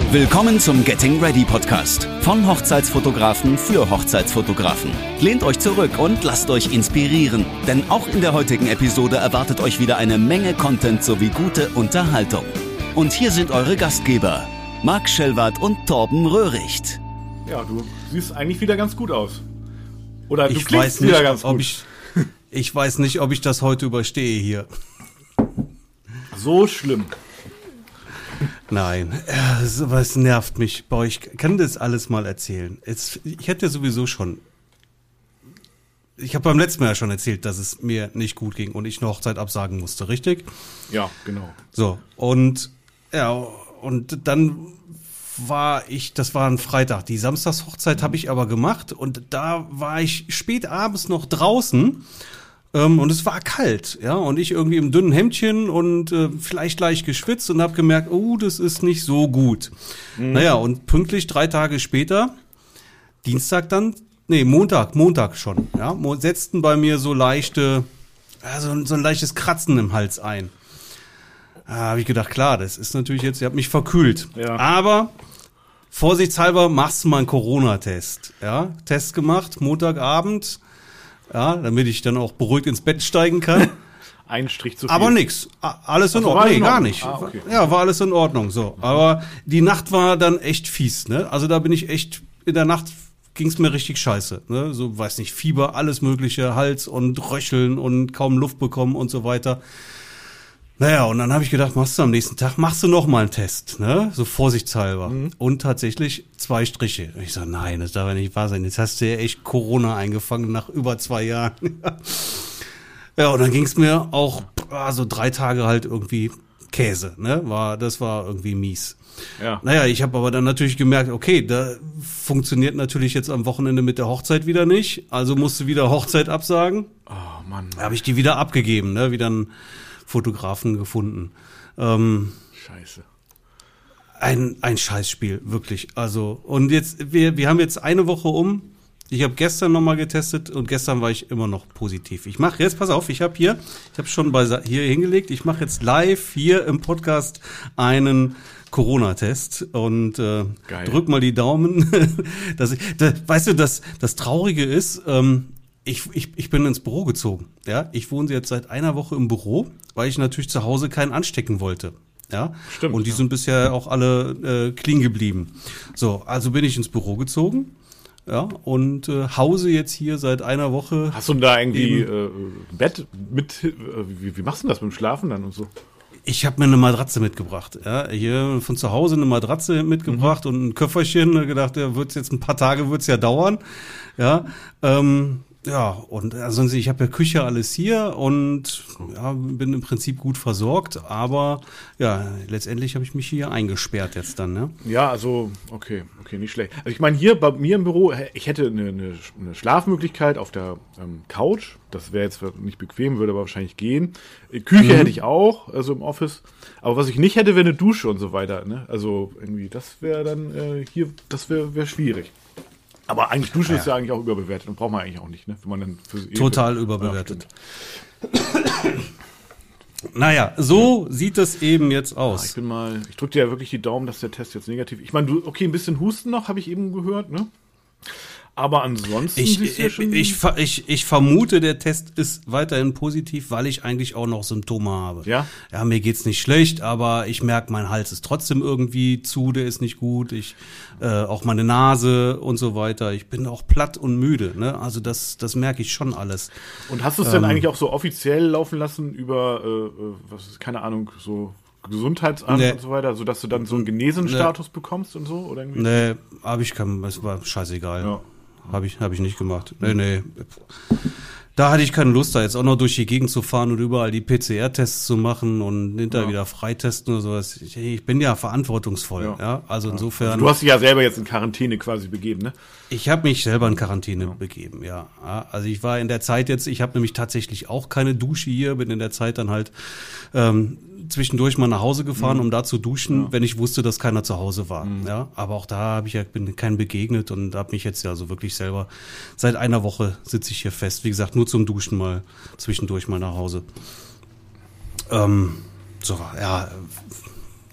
Willkommen zum Getting Ready Podcast von Hochzeitsfotografen für Hochzeitsfotografen. Lehnt euch zurück und lasst euch inspirieren, denn auch in der heutigen Episode erwartet euch wieder eine Menge Content sowie gute Unterhaltung. Und hier sind eure Gastgeber, Marc Schellwardt und Torben Röhricht. Ja, du siehst eigentlich wieder ganz gut aus. Oder du klingst wieder ganz gut. Ich weiß nicht, ob ich das heute überstehe hier. So schlimm. Nein, es nervt mich. Boah, ich kann das alles mal erzählen. Ich hätte sowieso schon... Ich habe beim letzten Mal ja schon erzählt, dass es mir nicht gut ging und ich eine Hochzeit absagen musste, richtig? Ja, genau. So, und dann das war ein Freitag. Die Samstagshochzeit habe ich aber gemacht und da war ich spät abends noch draußen. Und es war kalt, ja, und ich irgendwie im dünnen Hemdchen und vielleicht leicht geschwitzt und habe gemerkt, das ist nicht so gut. Naja, und pünktlich 3 Tage später, Montag schon, ja, setzten bei mir so leichte, so ein leichtes Kratzen im Hals ein. Da habe ich gedacht, klar, das ist natürlich jetzt, ich habe mich verkühlt. Ja. Aber vorsichtshalber machst du mal einen Corona-Test, ja, Test gemacht, Montagabend. Ja, damit ich dann auch beruhigt ins Bett steigen kann. Ein Strich zu viel. Aber nix. Alles in Ordnung. Nee, gar nicht. Okay. Ja, war alles in Ordnung, so. Aber die Nacht war dann echt fies, ne? Also da bin ich echt, in der Nacht ging's mir richtig scheiße, ne? So, weiß nicht, Fieber, alles mögliche, Hals und Röcheln und kaum Luft bekommen und so weiter. Naja, und dann habe ich gedacht, machst du am nächsten Tag noch mal einen Test, ne? So vorsichtshalber. Und tatsächlich 2 Striche. Und ich so, nein, das darf ja nicht wahr sein. Jetzt hast du ja echt Corona eingefangen nach über 2 Jahren. Ja, und dann ging's mir auch so 3 Tage halt irgendwie Käse, ne? Das war irgendwie mies. Ja. Naja, ich habe aber dann natürlich gemerkt, okay, da funktioniert natürlich jetzt am Wochenende mit der Hochzeit wieder nicht. Also musste wieder Hochzeit absagen. Oh Mann. Da habe ich die wieder abgegeben, ne? Wieder einen Fotografen gefunden. Scheiße. Ein Scheißspiel, wirklich. Also, und jetzt, wir haben jetzt eine Woche um. Ich habe gestern nochmal getestet und gestern war ich immer noch positiv. Ich mache jetzt, pass auf, ich habe schon hier hingelegt, ich mache jetzt live hier im Podcast einen Corona-Test und drück mal die Daumen. Weißt du, das Traurige ist, ich bin ins Büro gezogen. Ja, ich wohne jetzt seit einer Woche im Büro, weil ich natürlich zu Hause keinen anstecken wollte. Ja, stimmt. Und die sind bisher auch alle clean geblieben. So, also bin ich ins Büro gezogen. Ja, und hause jetzt hier seit einer Woche. Hast du da irgendwie Bett mit? Wie machst du denn das mit dem Schlafen dann und so? Ich habe mir eine Matratze mitgebracht. Ja, hier von zu Hause eine Matratze mitgebracht und ein Köfferchen. Gedacht, jetzt ein paar Tage wird's ja dauern. Ja, ja, und ansonsten, ich habe ja Küche alles hier und ja, bin im Prinzip gut versorgt, aber ja, letztendlich habe ich mich hier eingesperrt jetzt dann, ne? Ja, also, okay, nicht schlecht. Also ich meine, hier bei mir im Büro, ich hätte eine Schlafmöglichkeit auf der Couch, das wäre jetzt nicht bequem, würde aber wahrscheinlich gehen. Küche hätte ich auch, also im Office, aber was ich nicht hätte, wäre eine Dusche und so weiter, ne? Also irgendwie, das wäre dann hier, das wäre schwierig. Aber eigentlich Duschen ist ja eigentlich auch überbewertet und braucht man eigentlich auch nicht, ne? Wenn man dann total überbewertet. Naja, so sieht es eben jetzt aus. Ich drücke dir ja wirklich die Daumen, dass der Test jetzt negativ ist. Ich meine, ein bisschen Husten noch, habe ich eben gehört, ne? Aber ansonsten ich vermute, der Test ist weiterhin positiv, weil ich eigentlich auch noch Symptome habe. Ja? Ja, mir geht's nicht schlecht, aber ich merke, mein Hals ist trotzdem irgendwie zu, der ist nicht gut. Auch meine Nase und so weiter. Ich bin auch platt und müde, ne? Also das merke ich schon alles. Und hast du es denn eigentlich auch so offiziell laufen lassen über, keine Ahnung, so Gesundheitsamt und so weiter, sodass du dann so einen Genesenstatus bekommst und so? Oder irgendwie? Nee, es war scheißegal. Ja. Hab ich nicht gemacht. Nee. Da hatte ich keine Lust, da jetzt auch noch durch die Gegend zu fahren und überall die PCR-Tests zu machen und hinterher wieder freitesten oder sowas. Ich bin ja verantwortungsvoll, ja. Also insofern. Also du hast dich ja selber jetzt in Quarantäne quasi begeben, ne? Ich habe mich selber in Quarantäne begeben, ja. Also ich war in der Zeit jetzt, ich habe nämlich tatsächlich auch keine Dusche hier, bin in der Zeit dann halt zwischendurch mal nach Hause gefahren, um da zu duschen, wenn ich wusste, dass keiner zu Hause war. Ja, aber auch da bin keinem begegnet und habe mich jetzt ja so wirklich selber, seit einer Woche sitze ich hier fest. Wie gesagt, nur zum Duschen mal zwischendurch mal nach Hause.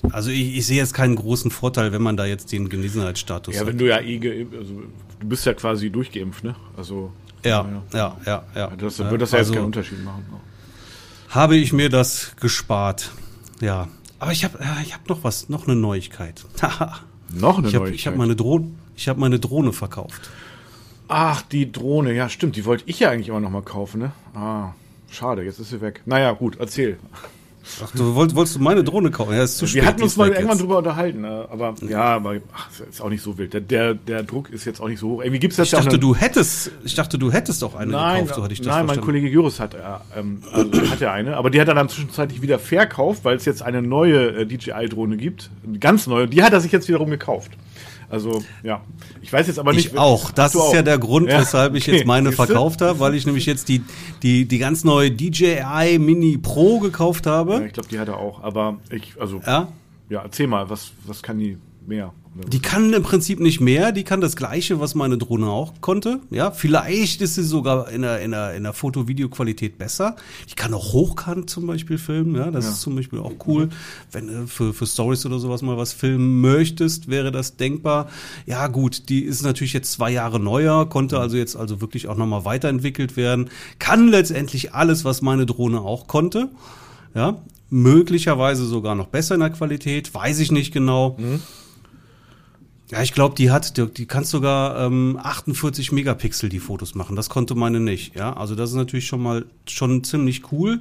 Also ich sehe jetzt keinen großen Vorteil, wenn man da jetzt den Genesenheitsstatus Ja, hat. wenn du ja also du bist ja quasi durchgeimpft, ne? Also Ja. das wird das ja Also jetzt keinen Unterschied machen. habe ich mir das gespart. Ja. Aber ich habe noch eine Neuigkeit. Noch eine Neuigkeit. Ich habe meine Drohne verkauft. Ach, die Drohne, ja stimmt, die wollte ich ja eigentlich immer noch mal kaufen, ne? Ah, schade, jetzt ist sie weg. Naja, gut, erzähl. Ach, du wolltest du meine Drohne kaufen? Ja, ist zu spät. Wir hatten uns mal irgendwann jetzt. drüber unterhalten, aber ist auch nicht so wild. Der Druck ist jetzt auch nicht so hoch. Irgendwie gibt's Ich dachte, du hättest auch eine gekauft, so hatte ich das mein verstanden. Kollege Jurus hat ja eine, aber die hat er dann zwischenzeitlich wieder verkauft, weil es jetzt eine neue DJI-Drohne gibt, eine ganz neue, die hat er sich jetzt wiederum gekauft. Also, ja. Ich weiß jetzt aber nicht. Ich auch. Das ist ja der Grund, Ja, weshalb ich okay. jetzt meine Siehste? verkauft habe, weil ich nämlich jetzt die ganz neue DJI Mini Pro gekauft habe. Ja, ich glaube, die hat er auch, aber Ja. Erzähl mal, was kann die mehr? Die kann im Prinzip nicht mehr, die kann das Gleiche, was meine Drohne auch konnte. Ja, vielleicht ist sie sogar in der Foto-Video-Qualität besser. Die kann auch hochkant zum Beispiel filmen, ja, das ist zum Beispiel auch cool. Wenn du für Stories oder sowas mal was filmen möchtest, wäre das denkbar. Ja gut, die ist natürlich jetzt 2 Jahre neuer, konnte also jetzt wirklich auch nochmal weiterentwickelt werden. Kann letztendlich alles, was meine Drohne auch konnte. Ja, möglicherweise sogar noch besser in der Qualität, weiß ich nicht genau. Ja, ich glaube, die kannst sogar 48 Megapixel die Fotos machen. Das konnte meine nicht. Ja, also das ist natürlich schon ziemlich cool.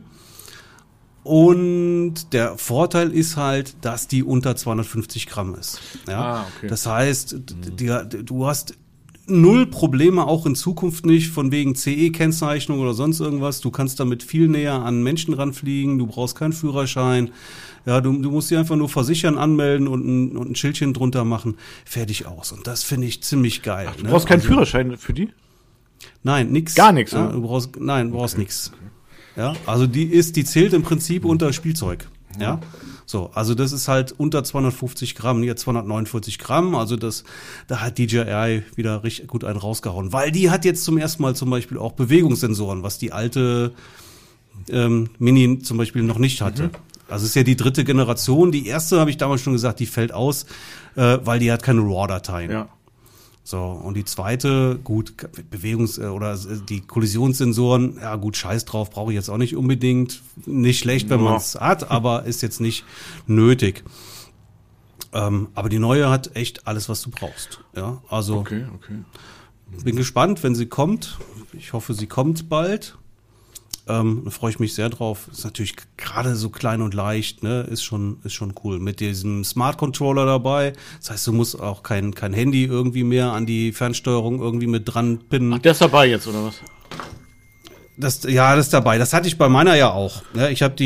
Und der Vorteil ist halt, dass die unter 250 Gramm ist. Ja, okay. Das heißt, du hast 0 Probleme, auch in Zukunft nicht, von wegen CE-Kennzeichnung oder sonst irgendwas. Du kannst damit viel näher an Menschen ranfliegen. Du brauchst keinen Führerschein. Ja, du musst sie einfach nur versichern, anmelden und ein Schildchen drunter machen. Fertig aus. Und das finde ich ziemlich geil. Du brauchst keinen Führerschein für die? Nein, nix. Gar nichts, ja, oder? du brauchst nix. Ja, also die zählt im Prinzip unter Spielzeug. Ja, so, also das ist halt unter 250 Gramm, hier 249 Gramm, also da hat DJI wieder richtig gut einen rausgehauen, weil die hat jetzt zum ersten Mal zum Beispiel auch Bewegungssensoren, was die alte Mini zum Beispiel noch nicht hatte. Also es ist ja die 3. Generation, die erste, habe ich damals schon gesagt, die fällt aus, weil die hat keine RAW-Dateien. Ja. So, und die zweite, gut, oder die Kollisionssensoren, ja gut, scheiß drauf, brauche ich jetzt auch nicht unbedingt. Nicht schlecht, wenn man es hat, aber ist jetzt nicht nötig. Aber die neue hat echt alles, was du brauchst. Ja, also Okay. bin gespannt, wenn sie kommt. Ich hoffe, sie kommt bald. Da freue ich mich sehr drauf. Ist natürlich gerade so klein und leicht, ne, ist schon cool. Mit diesem Smart Controller dabei. Das heißt, du musst auch kein Handy irgendwie mehr an die Fernsteuerung irgendwie mit dran pinnen. Ach, der ist dabei jetzt, oder was? Das ist dabei. Das hatte ich bei meiner ja auch. Ne? Ich hatte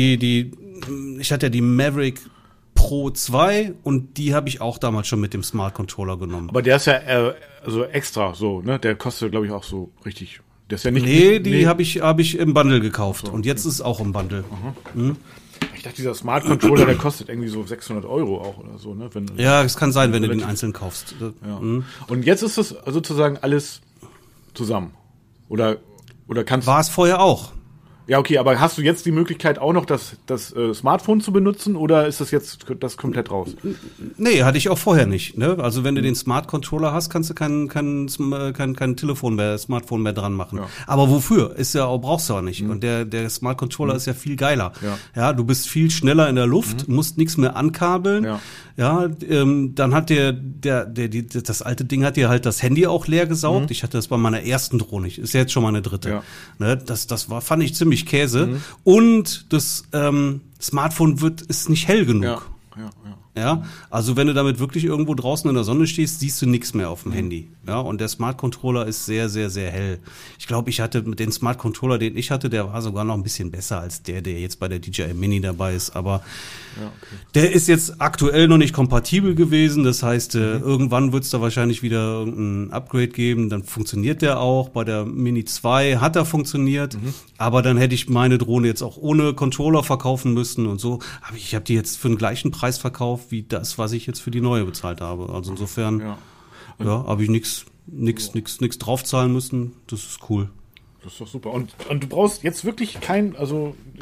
ja die Maverick Pro 2 und die habe ich auch damals schon mit dem Smart Controller genommen. Aber der ist ja also extra so, ne? Der kostet, glaube ich, auch so richtig. Der ist ja nicht. Die habe ich im Bundle gekauft und jetzt ist es auch im Bundle. Ich dachte, dieser Smart Controller, der kostet irgendwie so 600 € auch oder so, ne? Ja, es kann sein, wenn du den einzeln kaufst. Ja. Und jetzt ist es sozusagen alles zusammen. Oder kannst War es vorher auch. Ja, okay, aber hast du jetzt die Möglichkeit auch noch das Smartphone zu benutzen oder ist das jetzt das komplett raus? Nee, hatte ich auch vorher nicht. Ne? Also wenn du den Smart Controller hast, kannst du kein Telefon mehr, Smartphone mehr dran machen. Ja. Aber wofür? Brauchst du auch nicht. Und der Smart Controller ist ja viel geiler. Ja, du bist viel schneller in der Luft, musst nichts mehr ankabeln. Ja, dann hat das alte Ding hat dir halt das Handy auch leer gesaugt. Ich hatte das bei meiner ersten Drohne. Ist ja jetzt schon meine 3. Ja. Ne? Fand ich ziemlich Käse. Und das Smartphone ist nicht hell genug. Ja, also wenn du damit wirklich irgendwo draußen in der Sonne stehst, siehst du nichts mehr auf dem Handy. Ja, und der Smart Controller ist sehr, sehr, sehr hell. Ich glaube, ich hatte mit dem Smart Controller, den ich hatte, der war sogar noch ein bisschen besser als der jetzt bei der DJI Mini dabei ist. Aber der ist jetzt aktuell noch nicht kompatibel gewesen. Das heißt, irgendwann wird es da wahrscheinlich wieder ein Upgrade geben. Dann funktioniert der auch. Bei der Mini 2 hat er funktioniert. Aber dann hätte ich meine Drohne jetzt auch ohne Controller verkaufen müssen und so. Aber ich habe die jetzt für den gleichen Preis verkauft, wie das, was ich jetzt für die neue bezahlt habe. Also insofern, habe ich nix draufzahlen müssen. Das ist cool. Das ist doch super. Und du brauchst jetzt wirklich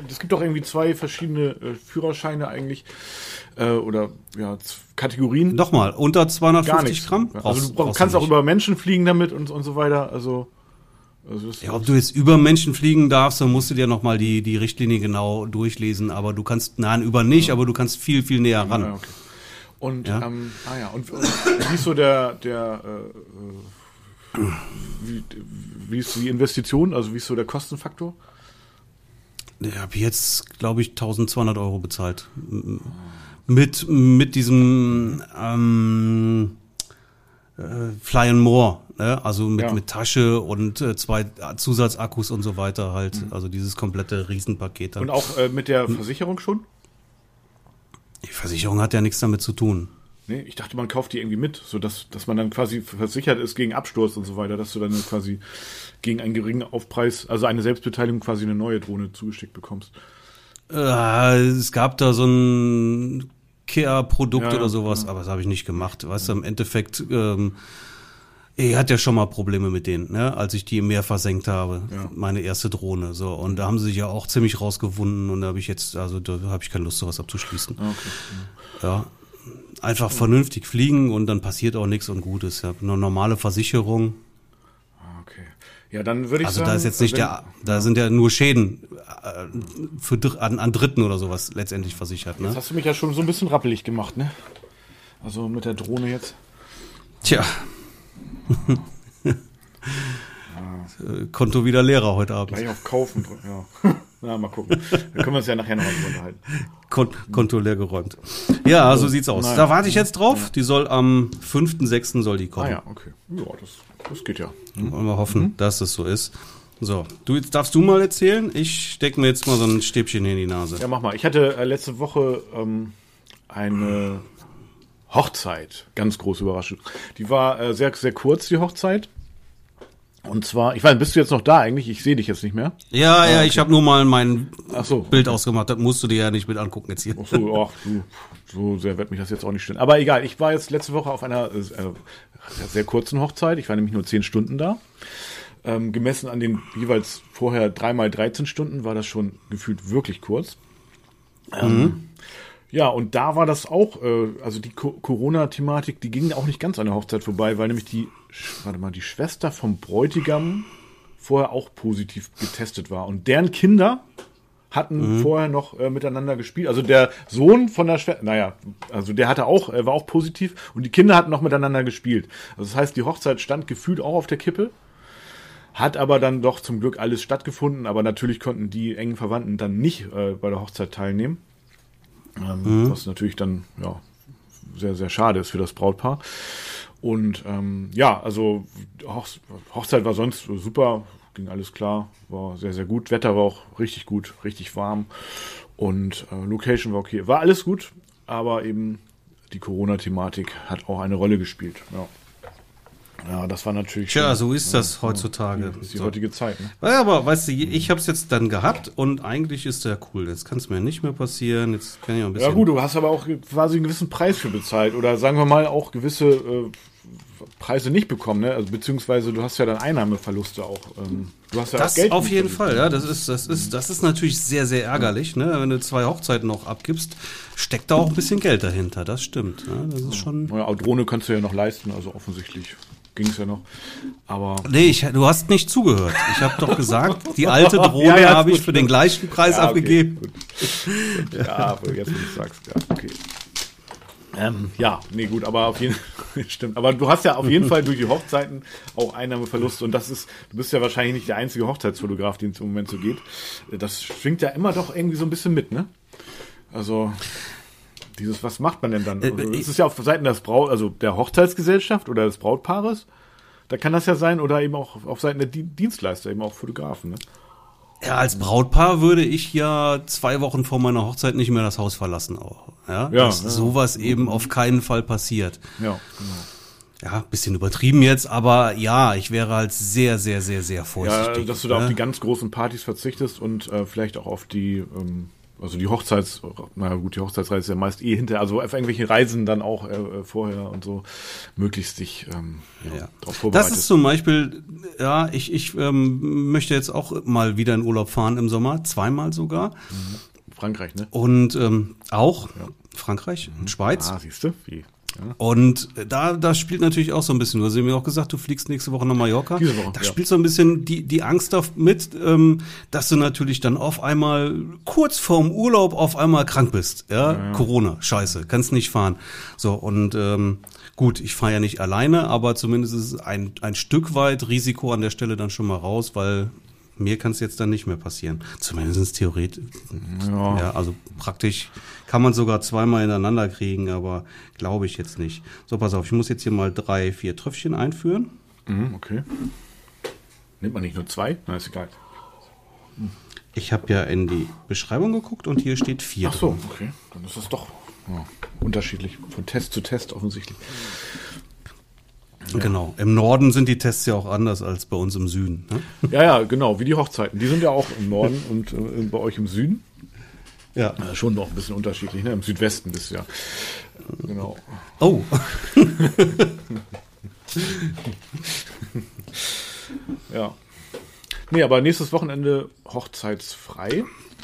es gibt doch irgendwie 2 verschiedene Führerscheine eigentlich, oder ja, Kategorien. Nochmal, unter 250 Gramm? Also du kannst auch über Menschen fliegen damit und so weiter, also ja, ob du jetzt über Menschen fliegen darfst, dann musst du dir nochmal die Richtlinie genau durchlesen, aber du kannst, nein, über nicht, aber du kannst viel, viel näher ran. Ja, okay. Und, und wie ist so wie ist die Investition, also wie ist so der Kostenfaktor? Ich habe jetzt, glaube ich, 1.200 € bezahlt. Mit diesem Fly and More, ne? Also mit Tasche und 2 Zusatzakkus und so weiter halt. Also dieses komplette Riesenpaket dann. Und auch mit der Versicherung schon? Die Versicherung hat ja nichts damit zu tun. Nee, ich dachte, man kauft die irgendwie mit, so dass man dann quasi versichert ist gegen Absturz und so weiter, dass du dann quasi gegen einen geringen Aufpreis, also eine Selbstbeteiligung, quasi eine neue Drohne zugeschickt bekommst. Es gab da so ein Care-Produkt oder sowas, aber das habe ich nicht gemacht. Weißt du, im Endeffekt, ich hatte ja schon mal Probleme mit denen, ne, als ich die im Meer versenkt habe, meine erste Drohne, so. Und da haben sie sich ja auch ziemlich rausgewunden und da habe ich keine Lust, sowas abzuschließen. Okay. Ja. Einfach vernünftig fliegen und dann passiert auch nichts und gut ist. Ich habe eine normale Versicherung. Okay. Ja, dann würde ich sagen. Also da ist jetzt nicht da sind ja nur Schäden an Dritten oder sowas letztendlich versichert, ne? Jetzt hast du mich ja schon so ein bisschen rappelig gemacht, ne? Also mit der Drohne jetzt. Tja. Konto wieder leerer heute Abend. Gleich auf Kaufen drücken, ja. Na, mal gucken. Da können wir uns ja nachher noch mal drüber unterhalten. Konto leer geräumt. Ja, so sieht's aus. Naja. Da warte ich jetzt drauf. Ja. Die soll am 5.6. soll die kommen. Ah ja, okay. Ja, das geht ja. Wollen wir hoffen, dass es so ist. So, jetzt darfst du mal erzählen. Ich stecke mir jetzt mal so ein Stäbchen in die Nase. Ja, mach mal. Ich hatte letzte Woche eine Hochzeit. Ganz große Überraschung. Die war sehr, sehr kurz, die Hochzeit. Und zwar, ich weiß, bist du jetzt noch da eigentlich? Ich sehe dich jetzt nicht mehr. Ja, okay. Ich habe nur mal mein Bild ausgemacht. Das musst du dir ja nicht mit angucken jetzt hier. Ach so, so sehr wird mich das jetzt auch nicht stören. Aber egal, ich war jetzt letzte Woche auf einer sehr kurzen Hochzeit. Ich war nämlich nur 10 Stunden da. Gemessen an den jeweils vorher 3x 13 Stunden war das schon gefühlt wirklich kurz. Ja, und da war das auch, also die Corona-Thematik, die ging auch nicht ganz an der Hochzeit vorbei, weil nämlich die Schwester vom Bräutigam vorher auch positiv getestet war. Und deren Kinder hatten vorher noch miteinander gespielt. Also der Sohn von der Schwester, also der war auch positiv und die Kinder hatten noch miteinander gespielt. Also das heißt, die Hochzeit stand gefühlt auch auf der Kippe, hat aber dann doch zum Glück alles stattgefunden, aber natürlich konnten die engen Verwandten dann nicht bei der Hochzeit teilnehmen. Was natürlich dann sehr, sehr schade ist für das Brautpaar. Und also Hochzeit war sonst super, ging alles klar, war sehr, sehr gut. Wetter war auch richtig gut, richtig warm und Location war okay. War alles gut, aber eben die Corona-Thematik hat auch eine Rolle gespielt. Ja, das war natürlich. Tja, so ist das heutzutage. Das ist die heutige Zeit. Ne? Ja, aber weißt du, ich habe es jetzt dann gehabt und eigentlich ist der cool. Jetzt kann es mir nicht mehr passieren. Jetzt kann ich auch ein bisschen. Ja gut, du hast aber auch quasi einen gewissen Preis für bezahlt oder sagen wir mal auch gewisse Preise nicht bekommen, ne? Also beziehungsweise du hast ja dann Einnahmeverluste auch. Du hast ja das auch Geld auf jeden Fall, ja. Das ist natürlich sehr, sehr ärgerlich, ne? Wenn du 2 Hochzeiten noch abgibst, steckt da auch ein bisschen Geld dahinter. Das stimmt. Ne? Das ist schon. Ja, Drohne kannst du ja noch leisten, also offensichtlich. Ging es ja noch, aber... Nee, du hast nicht zugehört. Ich habe doch gesagt, die alte Drohne habe ich für den gleichen Preis abgegeben. Gut. Ja, aber jetzt, wenn du sagst, ja, okay. Gut, aber auf jeden Fall, stimmt. Aber du hast ja auf jeden Fall durch die Hochzeiten auch Einnahmeverluste und du bist ja wahrscheinlich nicht der einzige Hochzeitsfotograf, den es im Moment so geht. Das schwingt ja immer doch irgendwie so ein bisschen mit, ne? Also... was macht man denn dann? Also, ist es ja auf Seiten der Hochzeitsgesellschaft oder des Brautpaares? Da kann das ja sein oder eben auch auf Seiten der Dienstleister, eben auch Fotografen, ne? Ja, als Brautpaar würde ich ja 2 Wochen vor meiner Hochzeit nicht mehr das Haus verlassen auch. Ja, dass sowas eben auf keinen Fall passiert. Ja, genau. Ja, bisschen übertrieben jetzt, aber ja, ich wäre halt sehr, sehr, sehr, sehr vorsichtig. Ja, dass du da auf die ganz großen Partys verzichtest und vielleicht auch auf die Also die Hochzeitsreise ist ja meist hinterher, also auf irgendwelche Reisen dann auch vorher und so, möglichst dich darauf vorbereitet. Das ist zum Beispiel, ja, ich möchte jetzt auch mal wieder in Urlaub fahren im Sommer, 2-mal sogar. Frankreich, ne? Und auch Frankreich und Schweiz. Ah, siehst du, wie? Ja. Und da spielt natürlich auch so ein bisschen, du hast mir auch gesagt, du fliegst nächste Woche nach Mallorca. Diese Woche, da spielt so ein bisschen die Angst mit, dass du natürlich dann auf einmal kurz vorm Urlaub auf einmal krank bist. Ja? Corona, scheiße, kannst nicht fahren. So, und gut, ich fahre ja nicht alleine, aber zumindest ist es ein Stück weit Risiko an der Stelle dann schon mal raus, weil mir kann es jetzt dann nicht mehr passieren. Zumindest theoretisch. Ja, also praktisch kann man sogar 2-mal ineinander kriegen, aber glaube ich jetzt nicht. So, pass auf, ich muss jetzt hier mal 3-4 Tröpfchen einführen. Okay. Nimmt man nicht nur 2? Na, ist egal. Ich habe ja in die Beschreibung geguckt und hier steht 4. Ach so, okay. Dann ist das doch unterschiedlich. Von Test zu Test offensichtlich. Ja. Genau. Im Norden sind die Tests ja auch anders als bei uns im Süden. Ne? Ja, genau, wie die Hochzeiten. Die sind ja auch im Norden und bei euch im Süden. Ja. Schon noch ein bisschen unterschiedlich, ne? Im Südwesten bist du ja. Genau. Oh. Ja. Nee, aber nächstes Wochenende hochzeitsfrei.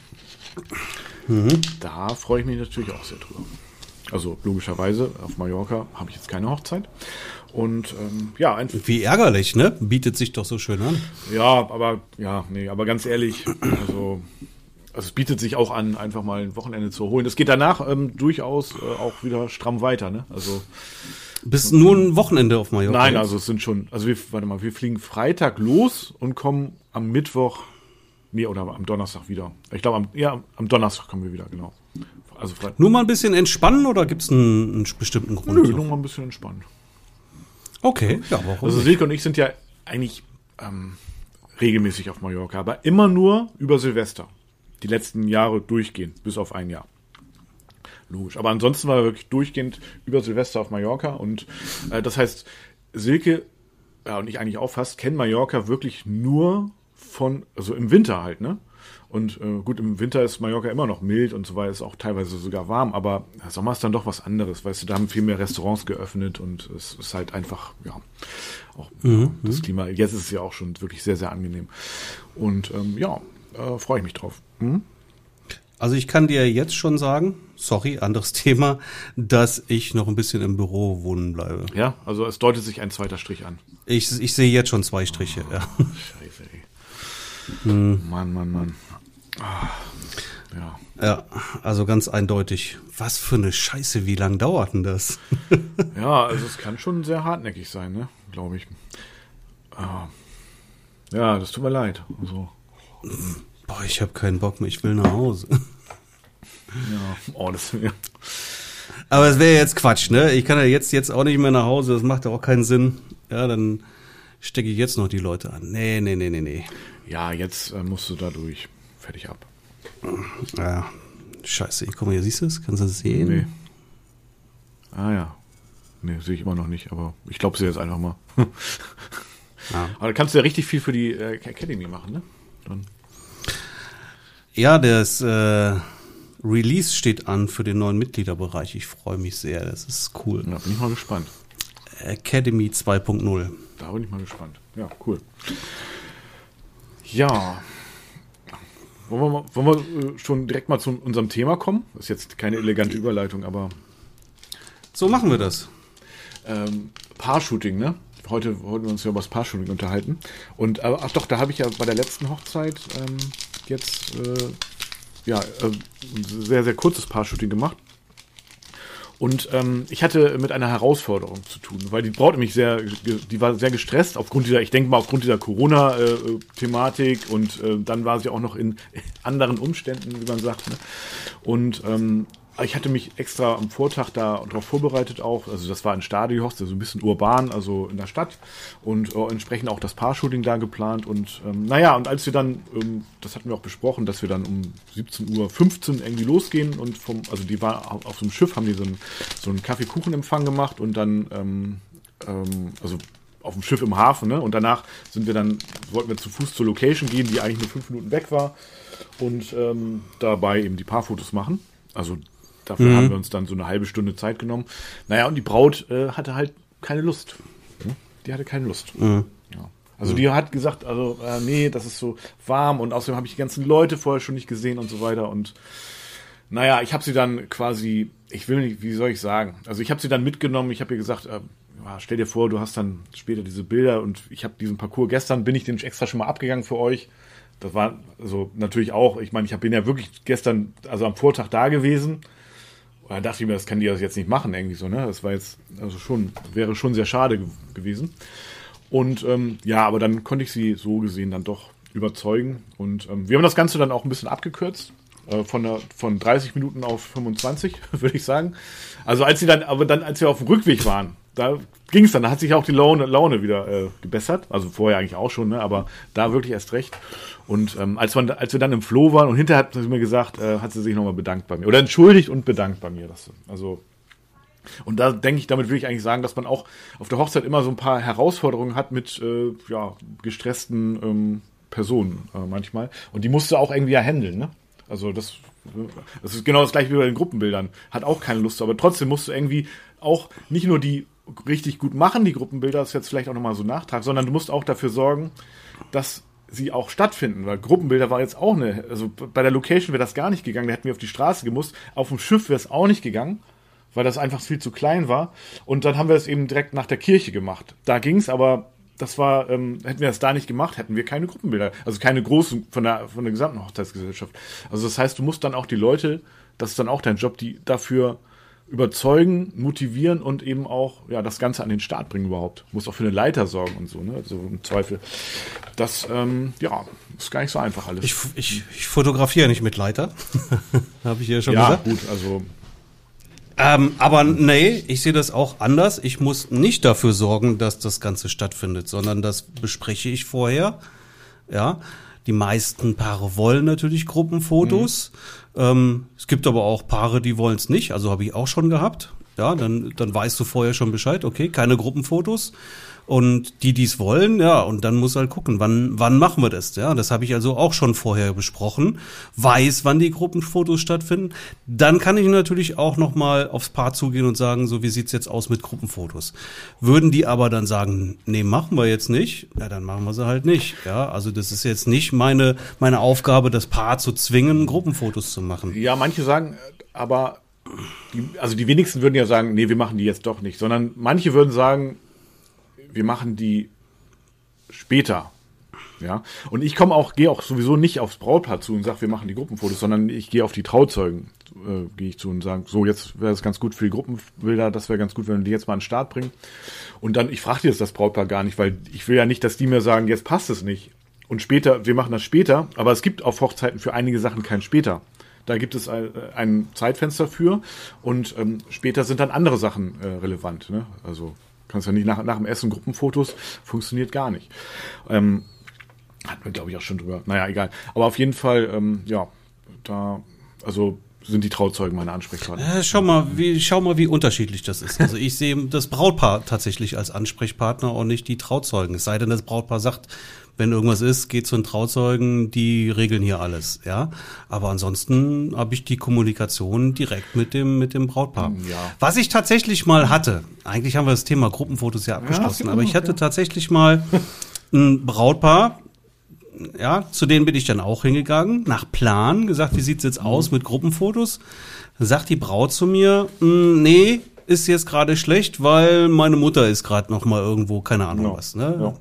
Da freue ich mich natürlich auch sehr drüber. Also logischerweise, auf Mallorca habe ich jetzt keine Hochzeit. Und wie ärgerlich, ne? Bietet sich doch so schön an. Ja, aber ganz ehrlich, also es bietet sich auch an, einfach mal ein Wochenende zu holen. Es geht danach durchaus auch wieder stramm weiter, ne? Also bist nur ein Wochenende auf Mallorca? Nein, also es sind schon, wir fliegen Freitag los und kommen am Mittwoch, oder am Donnerstag wieder. Ich glaube, am Donnerstag kommen wir wieder, genau. Also nur mal ein bisschen entspannen oder gibt es einen bestimmten Grund? Nö, nur mal ein bisschen entspannen. Okay, ja, warum? Also Silke und ich sind ja eigentlich regelmäßig auf Mallorca, aber immer nur über Silvester. Die letzten Jahre durchgehend, bis auf ein Jahr. Logisch. Aber ansonsten war er wirklich durchgehend über Silvester auf Mallorca und das heißt, Silke und ich eigentlich auch fast kennen Mallorca wirklich nur also im Winter halt, ne? Und gut, im Winter ist Mallorca immer noch mild und so weiter, ist auch teilweise sogar warm, aber Sommer ist dann doch was anderes, weißt du, da haben viel mehr Restaurants geöffnet und es ist halt einfach, auch das Klima, jetzt ist es ja auch schon wirklich sehr, sehr angenehm. Und freue ich mich drauf. Also ich kann dir jetzt schon sagen, sorry, anderes Thema, dass ich noch ein bisschen im Büro wohnen bleibe. Ja, also es deutet sich ein zweiter Strich an. Ich sehe jetzt schon 2 Striche, ja. Scheiße, ey. Mann. Ja, also ganz eindeutig. Was für eine Scheiße, wie lang dauert denn das? Ja, also es kann schon sehr hartnäckig sein, ne, glaube ich. Ja, das tut mir leid. Also. Boah, ich habe keinen Bock mehr, ich will nach Hause. Ja, Aber es wäre jetzt Quatsch, ne? Ich kann ja jetzt auch nicht mehr nach Hause, das macht ja auch keinen Sinn. Ja, dann stecke ich jetzt noch die Leute an. Nee. Ja, jetzt musst du da durch. Fertig ab. Ja, scheiße. Guck mal, hier siehst du es? Kannst du das sehen? Nee. Ah ja. Nee, sehe ich immer noch nicht, aber ich glaube sie jetzt einfach mal. Ja. Aber da kannst du ja richtig viel für die Academy machen, ne? Dann. Ja, das Release steht an für den neuen Mitgliederbereich. Ich freue mich sehr, das ist cool. Ja, bin ich mal gespannt. Academy 2.0. Da bin ich mal gespannt. Ja, cool. Ja. Wollen wir schon direkt mal zu unserem Thema kommen? Das ist jetzt keine elegante Überleitung, aber... So machen wir das. Paar-Shooting, ne? Heute wollten wir uns ja über das Paar-Shooting unterhalten. Und, da habe ich ja bei der letzten Hochzeit jetzt ein sehr, sehr kurzes Paar-Shooting gemacht. Und ich hatte mit einer Herausforderung zu tun, weil die Braut nämlich die war sehr gestresst aufgrund dieser Corona-Thematik und dann war sie auch noch in anderen Umständen, wie man sagt. Ne? Und ich hatte mich extra am Vortag darauf vorbereitet auch, also das war ein Stadionhochzeit, so ein bisschen urban, also in der Stadt und entsprechend auch das Paar-Shooting da geplant und und als wir dann, das hatten wir auch besprochen, dass wir dann um 17:15 Uhr irgendwie losgehen und die war auf so einem Schiff, haben die so einen Kaffeekuchenempfang gemacht und dann, auf dem Schiff im Hafen, ne? Und danach wollten wir zu Fuß zur Location gehen, die eigentlich nur 5 Minuten weg war und dabei eben die Paarfotos machen. Also dafür haben wir uns dann so eine halbe Stunde Zeit genommen. Naja, und die Braut hatte halt keine Lust. Die hatte keine Lust. Ja. Also die hat gesagt, also nee, das ist so warm und außerdem habe ich die ganzen Leute vorher schon nicht gesehen und so weiter. Und naja, ich habe sie dann quasi, wie soll ich sagen, also ich habe sie dann mitgenommen, ich habe ihr gesagt, stell dir vor, du hast dann später diese Bilder und ich habe diesen Parcours, gestern bin ich den extra schon mal abgegangen für euch. Das war also natürlich auch, ich meine, bin ja wirklich gestern, also am Vortag da gewesen. Und dann dachte ich mir, das kann die das jetzt nicht machen, irgendwie so, ne? Das war jetzt, also wäre schon sehr schade gewesen. Und aber dann konnte ich sie so gesehen dann doch überzeugen. Und wir haben das Ganze dann auch ein bisschen abgekürzt. Von 30 Minuten auf 25, würde ich sagen. Also als wir auf dem Rückweg waren, da ging es dann, da hat sich auch die Laune wieder gebessert. Also vorher eigentlich auch schon, ne? Aber da wirklich erst recht. Und als wir dann im Flow waren und hinterher hat sie mir gesagt, hat sie sich nochmal bedankt bei mir. Oder entschuldigt und bedankt bei mir. Und da denke ich, damit will ich eigentlich sagen, dass man auch auf der Hochzeit immer so ein paar Herausforderungen hat mit gestressten Personen manchmal. Und die musst du auch irgendwie handeln, ne? Also das ist genau das gleiche wie bei den Gruppenbildern. Hat auch keine Lust, aber trotzdem musst du irgendwie auch nicht nur die richtig gut machen, die Gruppenbilder, das ist jetzt vielleicht auch nochmal so ein Nachtrag, sondern du musst auch dafür sorgen, dass sie auch stattfinden, weil Gruppenbilder war jetzt auch also bei der Location wäre das gar nicht gegangen, da hätten wir auf die Straße gemusst, auf dem Schiff wäre es auch nicht gegangen, weil das einfach viel zu klein war und dann haben wir es eben direkt nach der Kirche gemacht. Da ging es aber, das war, hätten wir das da nicht gemacht, hätten wir keine Gruppenbilder, also keine großen von der gesamten Hochzeitsgesellschaft. Also das heißt, du musst dann auch die Leute, das ist dann auch dein Job, die dafür überzeugen, motivieren und eben auch das Ganze an den Start bringen überhaupt. Du musst auch für eine Leiter sorgen und so, ne? Also im Zweifel. Das, ist gar nicht so einfach alles. Ich fotografiere nicht mit Leiter. Habe ich ja schon gesagt. Ja, gut, also aber nee, ich sehe das auch anders. Ich muss nicht dafür sorgen, dass das Ganze stattfindet, sondern das bespreche ich vorher. Ja, die meisten Paare wollen natürlich Gruppenfotos. Es gibt aber auch Paare, die wollen es nicht. Also habe ich auch schon gehabt. Ja, dann weißt du vorher schon Bescheid. Okay, keine Gruppenfotos. Und die es wollen, und dann muss halt gucken, wann machen wir das? Ja, das habe ich also auch schon vorher besprochen. Weiß, wann die Gruppenfotos stattfinden. Dann kann ich natürlich auch nochmal aufs Paar zugehen und sagen, so, wie sieht's jetzt aus mit Gruppenfotos? Würden die aber dann sagen, nee, machen wir jetzt nicht, dann machen wir sie halt nicht. Ja, also das ist jetzt nicht meine Aufgabe, das Paar zu zwingen, Gruppenfotos zu machen. Ja, manche sagen, aber die wenigsten würden ja sagen, nee, wir machen die jetzt doch nicht, sondern manche würden sagen, wir machen die später, ja. Und ich gehe auch sowieso nicht aufs Brautpaar zu und sage, wir machen die Gruppenfotos, sondern ich gehe auf die Trauzeugen, gehe ich zu und sage, so, jetzt wäre es ganz gut für die Gruppenbilder, das wäre ganz gut, wenn wir die jetzt mal an den Start bringen. Und dann, ich frage jetzt das Brautpaar gar nicht, weil ich will ja nicht, dass die mir sagen, jetzt passt es nicht. Und später, wir machen das später, aber es gibt auf Hochzeiten für einige Sachen kein später. Da gibt es ein Zeitfenster für und später sind dann andere Sachen relevant, ne? Also kannst ja nicht nach dem Essen Gruppenfotos, funktioniert gar nicht. Hatten wir, glaube ich, auch schon drüber. Naja, egal. Aber auf jeden Fall, sind die Trauzeugen meine Ansprechpartner. Schau mal, wie unterschiedlich das ist. Also ich sehe das Brautpaar tatsächlich als Ansprechpartner und nicht die Trauzeugen. Es sei denn, das Brautpaar sagt, wenn irgendwas ist, geht zu den Trauzeugen, die regeln hier alles, ja. Aber ansonsten habe ich die Kommunikation direkt mit dem Brautpaar. Ja. Was ich tatsächlich mal hatte, eigentlich haben wir das Thema Gruppenfotos ja abgeschlossen, aber ich hatte tatsächlich mal ein Brautpaar, ja, zu denen bin ich dann auch hingegangen, nach Plan, gesagt, wie sieht's jetzt aus mit Gruppenfotos? Dann sagt die Braut zu mir, nee, ist jetzt gerade schlecht, weil meine Mutter ist gerade noch mal irgendwo, keine Ahnung was, ne? Ja.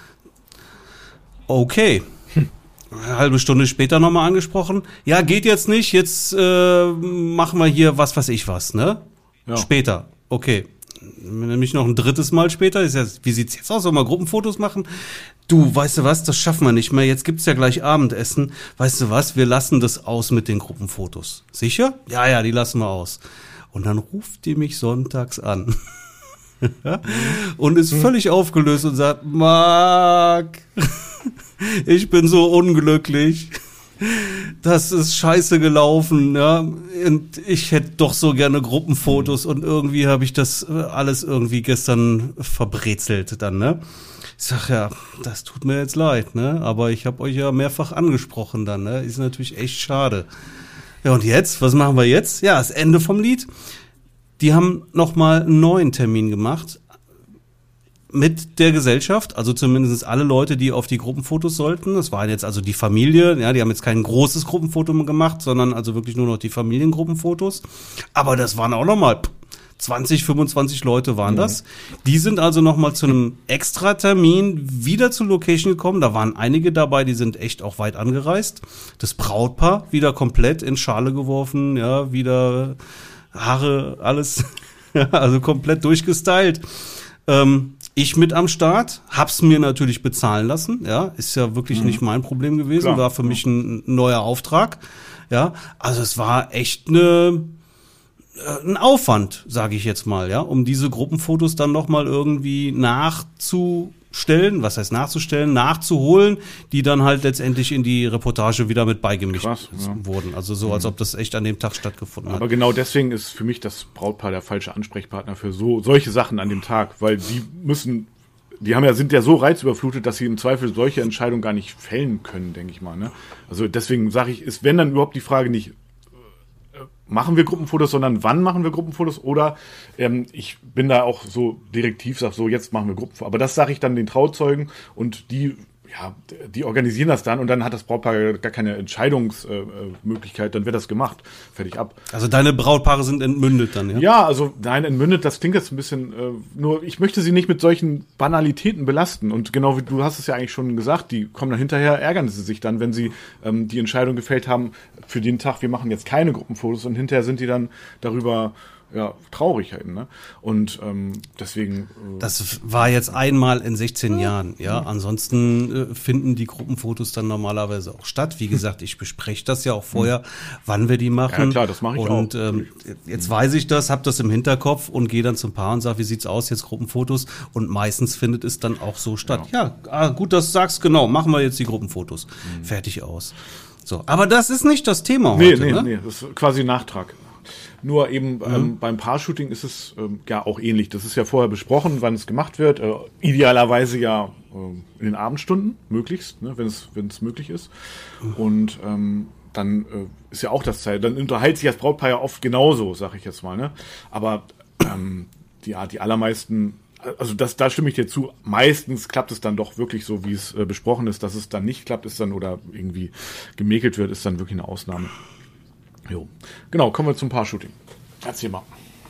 Okay. Eine halbe Stunde später nochmal angesprochen. Ja, geht jetzt nicht, jetzt machen wir hier was weiß ich was, ne? Ja. Später. Okay. Nämlich noch ein drittes Mal später. Ist ja, wie sieht's jetzt aus? Sollen wir Gruppenfotos machen? Du, weißt du was, das schaffen wir nicht mehr. Jetzt gibt's ja gleich Abendessen. Weißt du was, wir lassen das aus mit den Gruppenfotos. Sicher? Ja, die lassen wir aus. Und dann ruft die mich sonntags an. Und ist völlig aufgelöst und sagt, Marc, ich bin so unglücklich. das ist scheiße gelaufen, ja. Und ich hätte doch so gerne Gruppenfotos und irgendwie habe ich das alles irgendwie gestern verbrezelt dann, ne? Ich sag ja, das tut mir jetzt leid, ne? Aber ich habe euch ja mehrfach angesprochen dann, ne? Ist natürlich echt schade. Ja, und jetzt? Was machen wir jetzt? Ja, das Ende vom Lied. Die haben nochmal einen neuen Termin gemacht mit der Gesellschaft, also zumindest alle Leute, die auf die Gruppenfotos sollten. Das waren jetzt also die Familie, ja, die haben jetzt kein großes Gruppenfoto gemacht, sondern also wirklich nur noch die Familiengruppenfotos. Aber das waren auch nochmal 20, 25 Leute waren das. Die sind also nochmal zu einem Extra-Termin wieder zur Location gekommen. Da waren einige dabei, die sind echt auch weit angereist. Das Brautpaar wieder komplett in Schale geworfen, ja, wieder Haare, alles, ja, also komplett durchgestylt. Ich mit am Start, hab's mir natürlich bezahlen lassen, ja, ist ja wirklich nicht mein Problem gewesen, klar, war für mich ein neuer Auftrag, ja, also es war echt ein Aufwand, sage ich jetzt mal, ja, um diese Gruppenfotos dann nochmal irgendwie nachzuholen, die dann halt letztendlich in die Reportage wieder mit beigemischt wurden. Also so, als ob das echt an dem Tag stattgefunden hat. Aber genau deswegen ist für mich das Brautpaar der falsche Ansprechpartner für solche Sachen an dem Tag, weil sind ja so reizüberflutet, dass sie im Zweifel solche Entscheidungen gar nicht fällen können, denke ich mal. Ne? Also deswegen sage ich, ist wenn dann überhaupt die Frage nicht, machen wir Gruppenfotos, sondern wann machen wir Gruppenfotos oder ich bin da auch so direktiv, sag so, jetzt machen wir Gruppenfotos. Aber das sage ich dann den Trauzeugen und die organisieren das dann und dann hat das Brautpaar gar keine Entscheidungsmöglichkeit, dann wird das gemacht. Fertig ab. Also deine Brautpaare sind entmündet dann, ja? Ja, also nein, entmündet, das klingt jetzt ein bisschen, nur ich möchte sie nicht mit solchen Banalitäten belasten und genau wie du hast es ja eigentlich schon gesagt, die kommen dann hinterher, ärgern sie sich dann, wenn sie die Entscheidung gefällt haben, für den Tag, wir machen jetzt keine Gruppenfotos und hinterher sind die dann darüber traurig eben, ne? Und deswegen. Das war jetzt einmal in 16 Jahren, ja. Ansonsten finden die Gruppenfotos dann normalerweise auch statt. Wie gesagt, ich bespreche das ja auch vorher, wann wir die machen. Ja klar, das mache ich und, auch. Jetzt weiß ich das, habe das im Hinterkopf und gehe dann zum Paar und sage, wie sieht's aus, jetzt Gruppenfotos? Und meistens findet es dann auch so statt. Ja, gut, dass du sagst, genau, machen wir jetzt die Gruppenfotos. Fertig aus. So, aber das ist nicht das Thema heute, ne? Nee, das ist quasi Nachtrag. Nur eben beim Paar-Shooting ist es auch ähnlich. Das ist ja vorher besprochen, wann es gemacht wird. Idealerweise ja in den Abendstunden möglichst, ne, wenn es möglich ist. Und dann ist ja auch das Zeit. Dann unterhält sich das Brautpaar ja oft genauso, sag ich jetzt mal. Ne? Aber die allermeisten, also da stimme ich dir zu. Meistens klappt es dann doch wirklich so, wie es besprochen ist. Dass es dann nicht klappt, ist dann oder irgendwie gemäkelt wird, ist dann wirklich eine Ausnahme. Jo. Genau, kommen wir zum Paar-Shooting. Erzähl mal.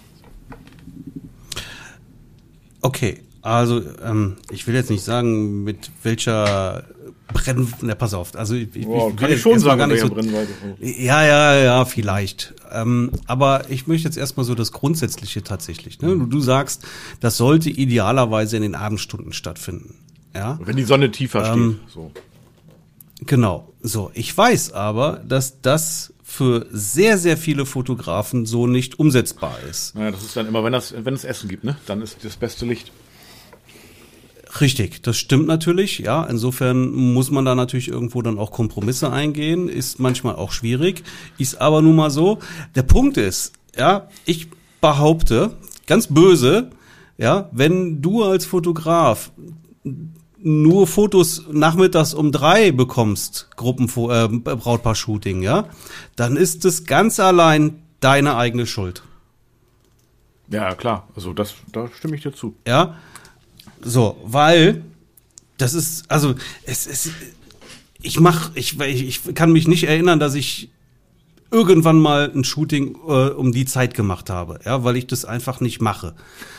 Okay, also ich will jetzt nicht sagen, mit welcher pass auf, also ich kann ich schon sagen, gar nicht so, Brennweite. Ja, vielleicht. Aber ich möchte jetzt erstmal so das Grundsätzliche tatsächlich. Ne? Du sagst, das sollte idealerweise in den Abendstunden stattfinden. Ja? Wenn die Sonne tiefer steht. So. Genau. So, ich weiß aber, dass das für sehr, sehr viele Fotografen so nicht umsetzbar ist. Naja, das ist dann immer, wenn es Essen gibt, ne? Dann ist das beste Licht. Richtig, das stimmt natürlich, ja. Insofern muss man da natürlich irgendwo dann auch Kompromisse eingehen, ist manchmal auch schwierig, ist aber nun mal so. Der Punkt ist, ja, ich behaupte, ganz böse, ja, wenn du als Fotograf nur Fotos nachmittags um 3 bekommst, Brautpaar-Shooting, ja, dann ist es ganz allein deine eigene Schuld. Ja, klar, also da stimme ich dir zu. Ja, so, weil das ist, also ich kann mich nicht erinnern, dass ich irgendwann mal ein Shooting um die Zeit gemacht habe, ja, weil ich das einfach nicht mache.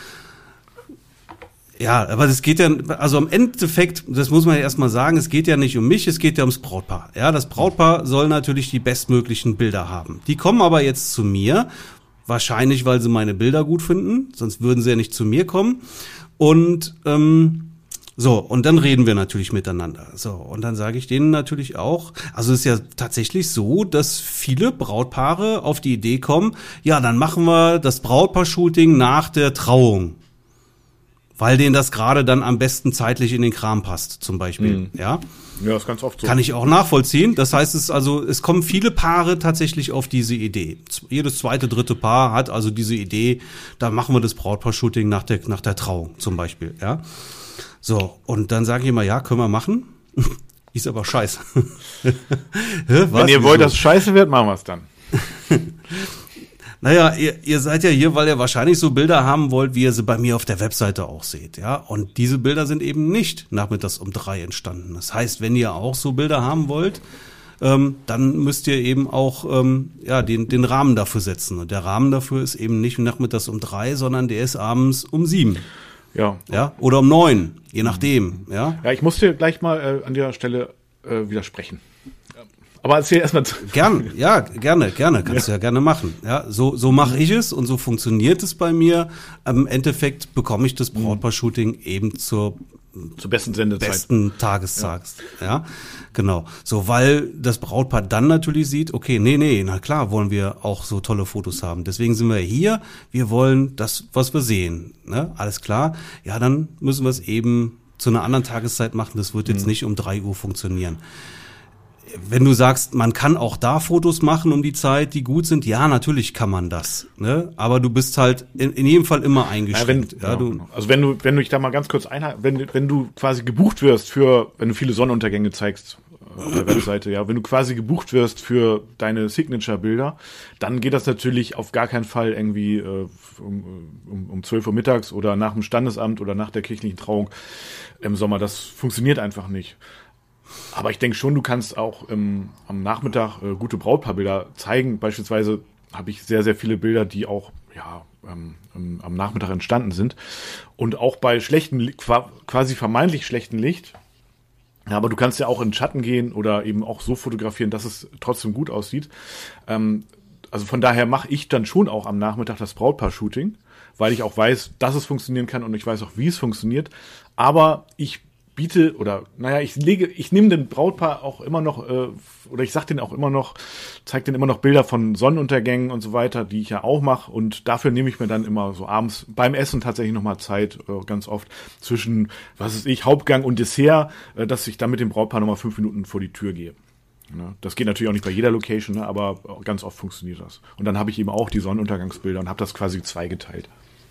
Ja, aber das geht ja, also im Endeffekt, das muss man ja erstmal sagen, es geht ja nicht um mich, es geht ja ums Brautpaar. Ja, das Brautpaar soll natürlich die bestmöglichen Bilder haben. Die kommen aber jetzt zu mir, wahrscheinlich, weil sie meine Bilder gut finden, sonst würden sie ja nicht zu mir kommen. Und so, und dann reden wir natürlich miteinander. So, und dann sage ich denen natürlich auch, also es ist ja tatsächlich so, dass viele Brautpaare auf die Idee kommen, ja, dann machen wir das Brautpaar-Shooting nach der Trauung. Weil denen das gerade dann am besten zeitlich in den Kram passt, zum Beispiel, ja. Ja, ist ganz oft so. Kann ich auch nachvollziehen. Das heißt, es kommen viele Paare tatsächlich auf diese Idee. Jedes zweite, dritte Paar hat also diese Idee, da machen wir das Brautpaar-Shooting nach der Trauung zum Beispiel, ja. So, und dann sage ich immer, ja, können wir machen. Ist aber scheiße. Wenn ihr wollt, dass es scheiße wird, machen wir es dann. Naja, ihr seid ja hier, weil ihr wahrscheinlich so Bilder haben wollt, wie ihr sie bei mir auf der Webseite auch seht, ja. Und diese Bilder sind eben nicht nachmittags um 3 entstanden. Das heißt, wenn ihr auch so Bilder haben wollt, dann müsst ihr eben auch den Rahmen dafür setzen. Und der Rahmen dafür ist eben nicht nachmittags um 3, sondern der ist abends um 7. Ja. Oder um 9, je nachdem, ja. Ja, ich muss dir gleich mal an der Stelle widersprechen. Aber erzähl erstmal. Gerne, kannst du ja gerne machen. Ja, so mache ich es und so funktioniert es bei mir. Im Endeffekt bekomme ich das Brautpaar-Shooting eben zur besten Sendezeit. Besten Tageszeit. Ja, genau. So, weil das Brautpaar dann natürlich sieht, okay, na klar wollen wir auch so tolle Fotos haben. Deswegen sind wir hier. Wir wollen das, was wir sehen. Ne? Alles klar. Ja, dann müssen wir es eben zu einer anderen Tageszeit machen. Das wird jetzt nicht um 3 Uhr funktionieren. Wenn du sagst, man kann auch da Fotos machen um die Zeit, die gut sind, ja, natürlich kann man das, ne? Aber du bist halt in jedem Fall immer eingeschränkt. Genau. Also wenn du dich da mal ganz kurz wenn du quasi gebucht wirst wenn du viele Sonnenuntergänge zeigst auf der Webseite, ja, wenn du quasi gebucht wirst für deine Signature-Bilder, dann geht das natürlich auf gar keinen Fall irgendwie um 12 Uhr mittags oder nach dem Standesamt oder nach der kirchlichen Trauung im Sommer. Das funktioniert einfach nicht. Aber ich denke schon, du kannst auch am Nachmittag gute Brautpaarbilder zeigen. Beispielsweise habe ich sehr, sehr viele Bilder, die auch am Nachmittag entstanden sind. Und auch bei quasi vermeintlich schlechtem Licht. Ja, aber du kannst ja auch in den Schatten gehen oder eben auch so fotografieren, dass es trotzdem gut aussieht. Also von daher mache ich dann schon auch am Nachmittag das Brautpaar-Shooting, weil ich auch weiß, dass es funktionieren kann und ich weiß auch, wie es funktioniert. Aber ich nehme den Brautpaar auch immer noch, ich sag denen auch immer noch, zeig denen immer noch Bilder von Sonnenuntergängen und so weiter, die ich ja auch mache, und dafür nehme ich mir dann immer so abends beim Essen tatsächlich nochmal Zeit, ganz oft zwischen, Hauptgang und Dessert, dass ich dann mit dem Brautpaar nochmal 5 Minuten vor die Tür gehe. Ja, das geht natürlich auch nicht bei jeder Location, ne, aber ganz oft funktioniert das. Und dann habe ich eben auch die Sonnenuntergangsbilder und habe das quasi zweigeteilt.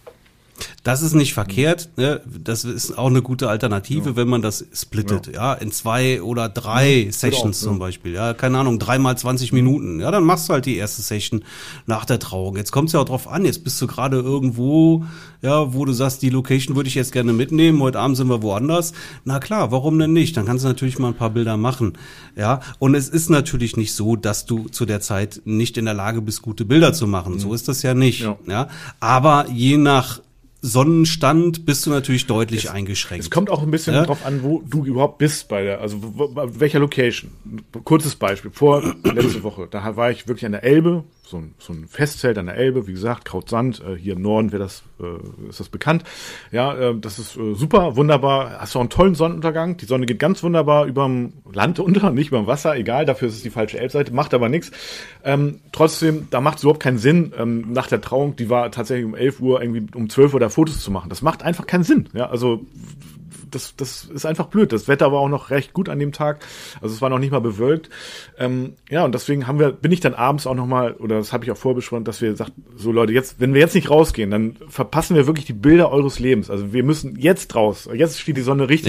Das ist nicht verkehrt, ne? Das ist auch eine gute Alternative, wenn man das splittet, ja, in 2 oder 3 Sessions zum Beispiel, ja, keine Ahnung, 3 mal 20 Minuten, ja, dann machst du halt die erste Session nach der Trauung. Jetzt kommt es ja auch drauf an, jetzt bist du gerade irgendwo, ja, wo du sagst, die Location würde ich jetzt gerne mitnehmen, heute Abend sind wir woanders. Na klar, warum denn nicht? Dann kannst du natürlich mal ein paar Bilder machen, ja, und es ist natürlich nicht so, dass du zu der Zeit nicht in der Lage bist, gute Bilder zu machen, so ist das ja nicht, ja, aber je nach Sonnenstand bist du natürlich deutlich eingeschränkt. Es kommt auch ein bisschen drauf an, wo du überhaupt bist welcher Location. Kurzes Beispiel. Letzte Woche, da war ich wirklich an der Elbe, so ein Festzelt an der Elbe, wie gesagt, Krautsand, hier im Norden ist das bekannt. Ja, das ist super, wunderbar. Hast du auch einen tollen Sonnenuntergang. Die Sonne geht ganz wunderbar überm Land unter, nicht überm Wasser, egal, dafür ist es die falsche Elbseite, macht aber nichts. Trotzdem, da macht es überhaupt keinen Sinn, nach der Trauung, die war tatsächlich um 11 Uhr, irgendwie um 12 Uhr da Fotos zu machen. Das macht einfach keinen Sinn. Ja, also das ist einfach blöd. Das Wetter war auch noch recht gut an dem Tag. Also es war noch nicht mal bewölkt. Und deswegen bin ich dann abends auch nochmal, oder das habe ich auch vorbesprochen, dass wir gesagt, so Leute, wenn wir jetzt nicht rausgehen, dann verpassen wir wirklich die Bilder eures Lebens. Also wir müssen jetzt raus. Jetzt steht die Sonne richtig.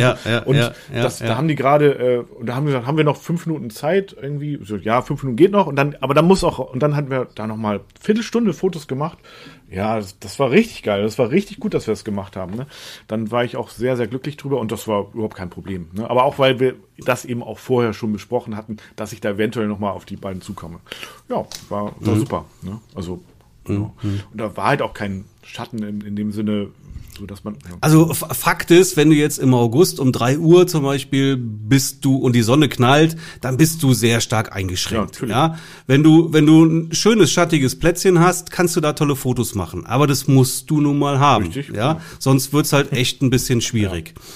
Da haben die gerade, da haben wir gesagt, haben wir noch 5 Minuten Zeit irgendwie? So, ja, 5 Minuten geht noch. Und dann hatten wir da nochmal Viertelstunde Fotos gemacht. Ja, das war richtig geil. Das war richtig gut, dass wir das gemacht haben. Ne? Dann war ich auch sehr, sehr glücklich drüber und das war überhaupt kein Problem. Ne? Aber auch, weil wir das eben auch vorher schon besprochen hatten, dass ich da eventuell nochmal auf die beiden zukomme. Ja, war super. Ne? Also, und da war halt auch kein Schatten in dem Sinne, so dass man. Ja. Also Fakt ist, wenn du jetzt im August um 3 Uhr zum Beispiel bist du und die Sonne knallt, dann bist du sehr stark eingeschränkt. Ja, wenn du ein schönes schattiges Plätzchen hast, kannst du da tolle Fotos machen. Aber das musst du nun mal haben. Richtig, ja, sonst wird's halt echt ein bisschen schwierig. Ja.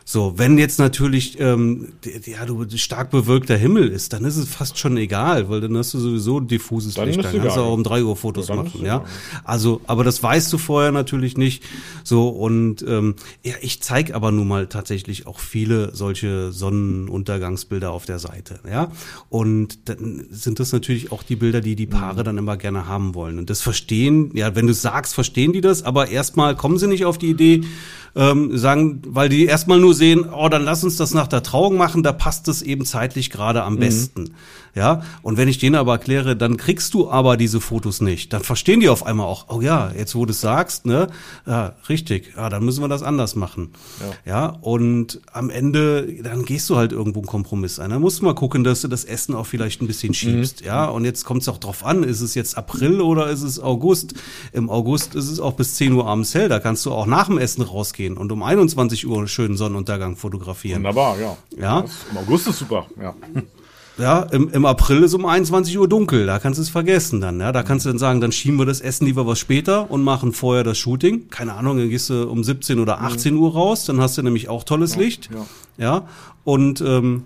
So, wenn jetzt natürlich stark bewölkter Himmel ist, dann ist es fast schon egal, weil dann hast du sowieso ein diffuses Dann Licht, ist dann egal. kannst du auch um 3 Uhr Fotos Ja, dann ist machen, es ja. egal. Also, aber das weißt du vorher natürlich nicht. So, und ich zeige aber nun mal tatsächlich auch viele solche Sonnenuntergangsbilder auf der Seite, ja. Und dann sind das natürlich auch die Bilder, die Paare dann immer gerne haben wollen. Und das verstehen, ja, wenn du sagst, verstehen die das, aber erstmal kommen sie nicht auf die Idee, sagen, weil die erstmal nur sehen, oh, dann lass uns das nach der Trauung machen, da passt es eben zeitlich gerade am besten. Ja, und wenn ich denen aber erkläre, dann kriegst du aber diese Fotos nicht, dann verstehen die auf einmal auch, oh ja, jetzt wo du es sagst, ne, ja, richtig, ja, dann müssen wir das anders machen. Ja, und am Ende, dann gehst du halt irgendwo einen Kompromiss ein. Dann musst du mal gucken, dass du das Essen auch vielleicht ein bisschen schiebst, ja, und jetzt kommt es auch drauf an, ist es jetzt April oder ist es August? Im August ist es auch bis 10 Uhr abends hell, da kannst du auch nach dem Essen rausgehen und um 21 Uhr einen schönen Sonnenuntergang fotografieren. Wunderbar, ja. Ja. Im August ist super, ja. Ja, im April ist um 21 Uhr dunkel, da kannst du es vergessen dann. Ja, da kannst du dann sagen, dann schieben wir das Essen lieber was später und machen vorher das Shooting. Keine Ahnung, dann gehst du um 17 oder 18 Uhr raus, dann hast du nämlich auch tolles Licht. Ja, und im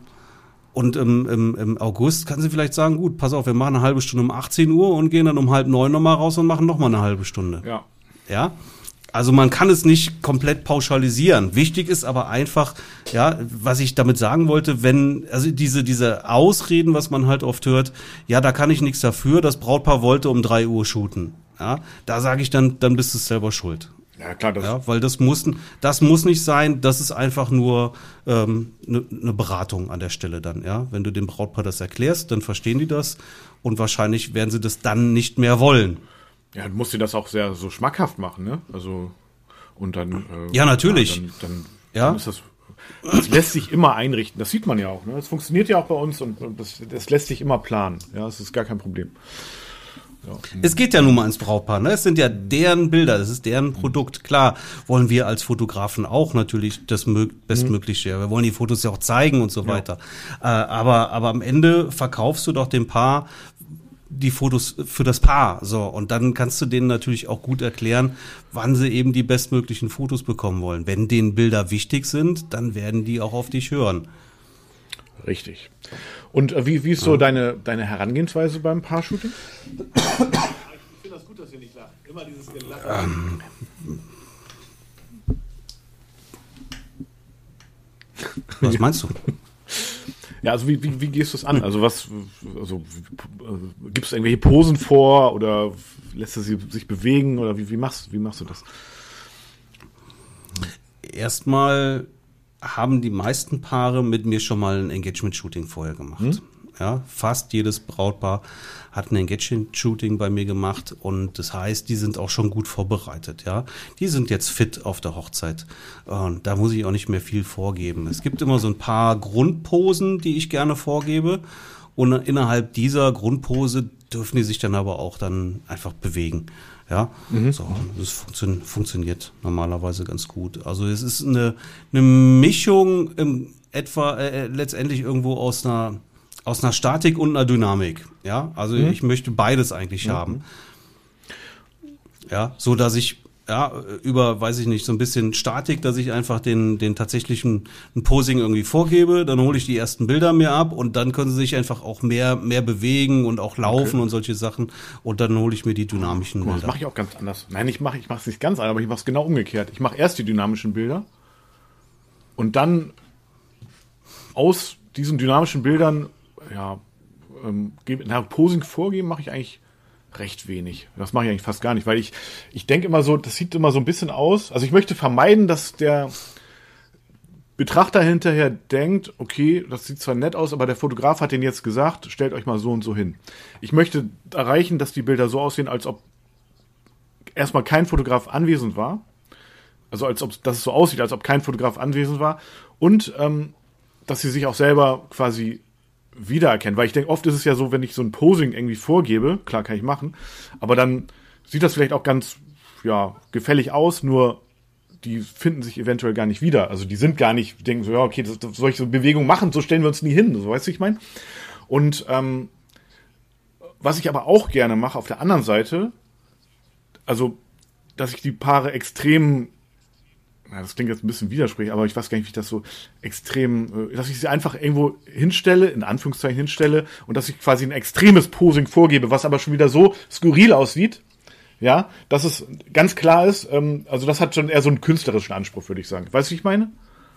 August kannst du vielleicht sagen, gut, pass auf, wir machen eine halbe Stunde um 18 Uhr und gehen dann um 8:30 nochmal raus und machen nochmal eine halbe Stunde. Ja. Ja. Also man kann es nicht komplett pauschalisieren. Wichtig ist aber einfach, ja, was ich damit sagen wollte, also diese Ausreden, was man halt oft hört, ja, da kann ich nichts dafür, das Brautpaar wollte um 3 Uhr shooten. Ja, da sage ich dann bist du selber schuld. Ja, klar, das Ja, weil das muss nicht sein, das ist einfach nur eine Beratung an der Stelle dann, ja. Wenn du dem Brautpaar das erklärst, dann verstehen die das und wahrscheinlich werden sie das dann nicht mehr wollen. Ja, du musst dir das auch sehr so schmackhaft machen, ne? Also, und dann. Ja, natürlich. Dann ist das lässt sich immer einrichten. Das sieht man ja auch, ne? Das funktioniert ja auch bei uns und das lässt sich immer planen. Ja, das ist gar kein Problem. Ja. Es geht ja nun mal ins Brautpaar, ne? Es sind ja deren Bilder, das ist deren Produkt. Klar, wollen wir als Fotografen auch natürlich das Bestmögliche. Wir wollen die Fotos ja auch zeigen und so weiter. Aber am Ende verkaufst du doch dem Paar die Fotos für das Paar, so, und dann kannst du denen natürlich auch gut erklären, wann sie eben die bestmöglichen Fotos bekommen wollen. Wenn denen Bilder wichtig sind, dann werden die auch auf dich hören. Richtig. Und wie ist so deine Herangehensweise beim Paar-Shooting? Ich finde das gut, dass ihr nicht lacht. Immer dieses Gelache. Was meinst du? Ja, also wie gehst du es an? Also gibst du irgendwelche Posen vor oder lässt du sie sich bewegen oder wie machst du das? Erstmal haben die meisten Paare mit mir schon mal ein Engagement-Shooting vorher gemacht. Ja, fast jedes Brautpaar hat ein Engagement-Shooting bei mir gemacht und das heißt, die sind auch schon gut vorbereitet, ja. Die sind jetzt fit auf der Hochzeit und da muss ich auch nicht mehr viel vorgeben. Es gibt immer so ein paar Grundposen, die ich gerne vorgebe und innerhalb dieser Grundpose dürfen die sich dann aber auch dann einfach bewegen. Ja, so, das funktioniert normalerweise ganz gut. Also es ist eine Mischung letztendlich irgendwo aus einer Statik und einer Dynamik. Ja, also ich möchte beides eigentlich haben. Ja, so dass ich über, weiß ich nicht, so ein bisschen Statik, dass ich einfach den tatsächlichen Posing irgendwie vorgebe, dann hole ich die ersten Bilder mir ab und dann können sie sich einfach auch mehr bewegen und auch laufen und solche Sachen und dann hole ich mir die dynamischen Bilder. Das mache ich auch ganz anders. Nein, ich mache es nicht ganz anders, aber ich mache es genau umgekehrt. Ich mache erst die dynamischen Bilder und dann aus diesen dynamischen Bildern Posing vorgeben mache ich eigentlich recht wenig. Das mache ich eigentlich fast gar nicht, weil ich denke immer so, das sieht immer so ein bisschen aus. Also ich möchte vermeiden, dass der Betrachter hinterher denkt, okay, das sieht zwar nett aus, aber der Fotograf hat denen jetzt gesagt, stellt euch mal so und so hin. Ich möchte erreichen, dass die Bilder so aussehen, als ob erstmal kein Fotograf anwesend war. Also dass es so aussieht, als ob kein Fotograf anwesend war. Und dass sie sich auch selber quasi wiedererkennen. Weil ich denke, oft ist es ja so, wenn ich so ein Posing irgendwie vorgebe, klar kann ich machen, aber dann sieht das vielleicht auch ganz gefällig aus, nur die finden sich eventuell gar nicht wieder. Also die sind gar nicht, denken so, ja, okay, solche Bewegungen machen, so stellen wir uns nie hin. So, weißt du, ich meine? Und was ich aber auch gerne mache auf der anderen Seite, also dass ich die Paare extrem das klingt jetzt ein bisschen widersprüchlich, aber ich weiß gar nicht, wie ich das so extrem, dass ich sie einfach irgendwo hinstelle, in Anführungszeichen hinstelle, und dass ich quasi ein extremes Posing vorgebe, was aber schon wieder so skurril aussieht, ja, dass es ganz klar ist, also das hat schon eher so einen künstlerischen Anspruch, würde ich sagen. Weißt du, wie ich meine?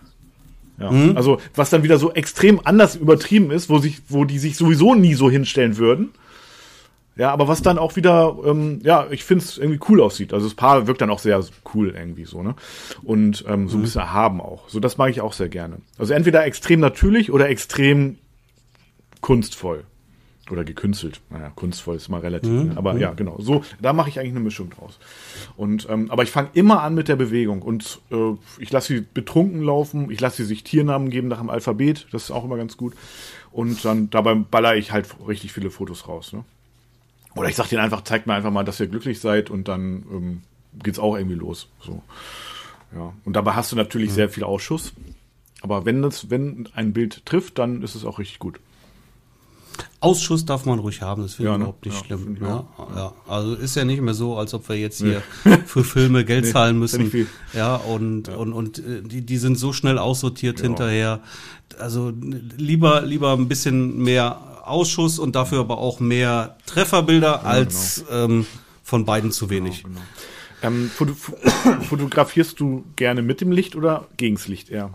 Ja, also was dann wieder so extrem anders übertrieben ist, wo die sich sowieso nie so hinstellen würden. Ja, aber was dann auch wieder, ich finde es irgendwie cool aussieht. Also das Paar wirkt dann auch sehr cool irgendwie so, ne? Und so ein bisschen erhaben auch. So, das mag ich auch sehr gerne. Also entweder extrem natürlich oder extrem kunstvoll. Oder gekünstelt. Naja, kunstvoll ist mal relativ. Ne? Aber ja, genau. So, da mache ich eigentlich eine Mischung draus. Und, aber ich fange immer an mit der Bewegung. Und ich lasse sie betrunken laufen. Ich lasse sie sich Tiernamen geben nach dem Alphabet. Das ist auch immer ganz gut. Und dann dabei baller ich halt richtig viele Fotos raus, ne? Oder ich sag denen einfach, zeigt mir einfach mal, dass ihr glücklich seid, und dann geht's auch irgendwie los. So. Ja. Und dabei hast du natürlich sehr viel Ausschuss. Aber wenn ein Bild trifft, dann ist es auch richtig gut. Ausschuss darf man ruhig haben, das finde ich Ja, ne? überhaupt nicht Ja, schlimm. finde ich Ja, auch. ja. Also ist ja nicht mehr so, als ob wir jetzt hier für Filme Geld zahlen ist ja nicht müssen. viel. Ja, und die sind so schnell aussortiert hinterher. Also lieber ein bisschen mehr Ausschuss und dafür aber auch mehr Trefferbilder als von beiden zu wenig. Genau. Fotografierst du gerne mit dem Licht oder gegens Licht eher?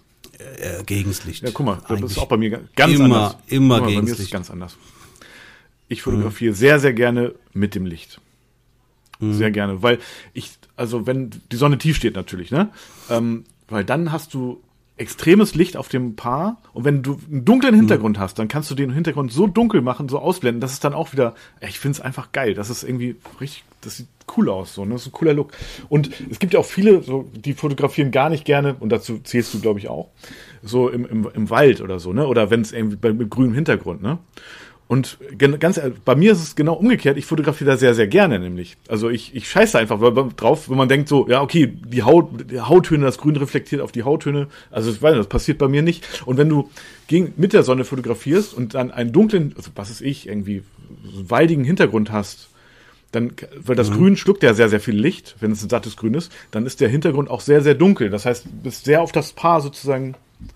Gegens Licht. Ja, guck mal, das Eigentlich ist auch bei mir ganz immer, anders. Immer Guck mal, gegens bei mir ist es Licht. ganz anders. Ich fotografiere sehr, sehr gerne mit dem Licht. Sehr gerne, weil wenn die Sonne tief steht natürlich, ne? Weil dann hast du extremes Licht auf dem Paar, und wenn du einen dunklen Hintergrund hast, dann kannst du den Hintergrund so dunkel machen, so ausblenden, das ist dann auch wieder, ich finde es einfach geil, das ist irgendwie richtig, das sieht cool aus, so, ne? Das ist ein cooler Look. Und es gibt ja auch viele, so, die fotografieren gar nicht gerne, und dazu zählst du, glaube ich, auch, so im Wald oder so, ne? Oder wenn es irgendwie mit grünem Hintergrund, ne? Und ganz ehrlich, bei mir ist es genau umgekehrt. Ich fotografiere da sehr, sehr gerne, nämlich. Also ich scheiße einfach drauf, wenn man denkt so, ja, okay, die Hauttöne, das Grün reflektiert auf die Hauttöne. Also ich weiß nicht, das passiert bei mir nicht. Und wenn du mit der Sonne fotografierst und dann einen dunklen, also was ist irgendwie so einen waldigen Hintergrund hast, dann, weil das Grün schluckt ja sehr, sehr viel Licht, wenn es ein sattes Grün ist, dann ist der Hintergrund auch sehr, sehr dunkel. Das heißt, du bist sehr auf das Paar sozusagen,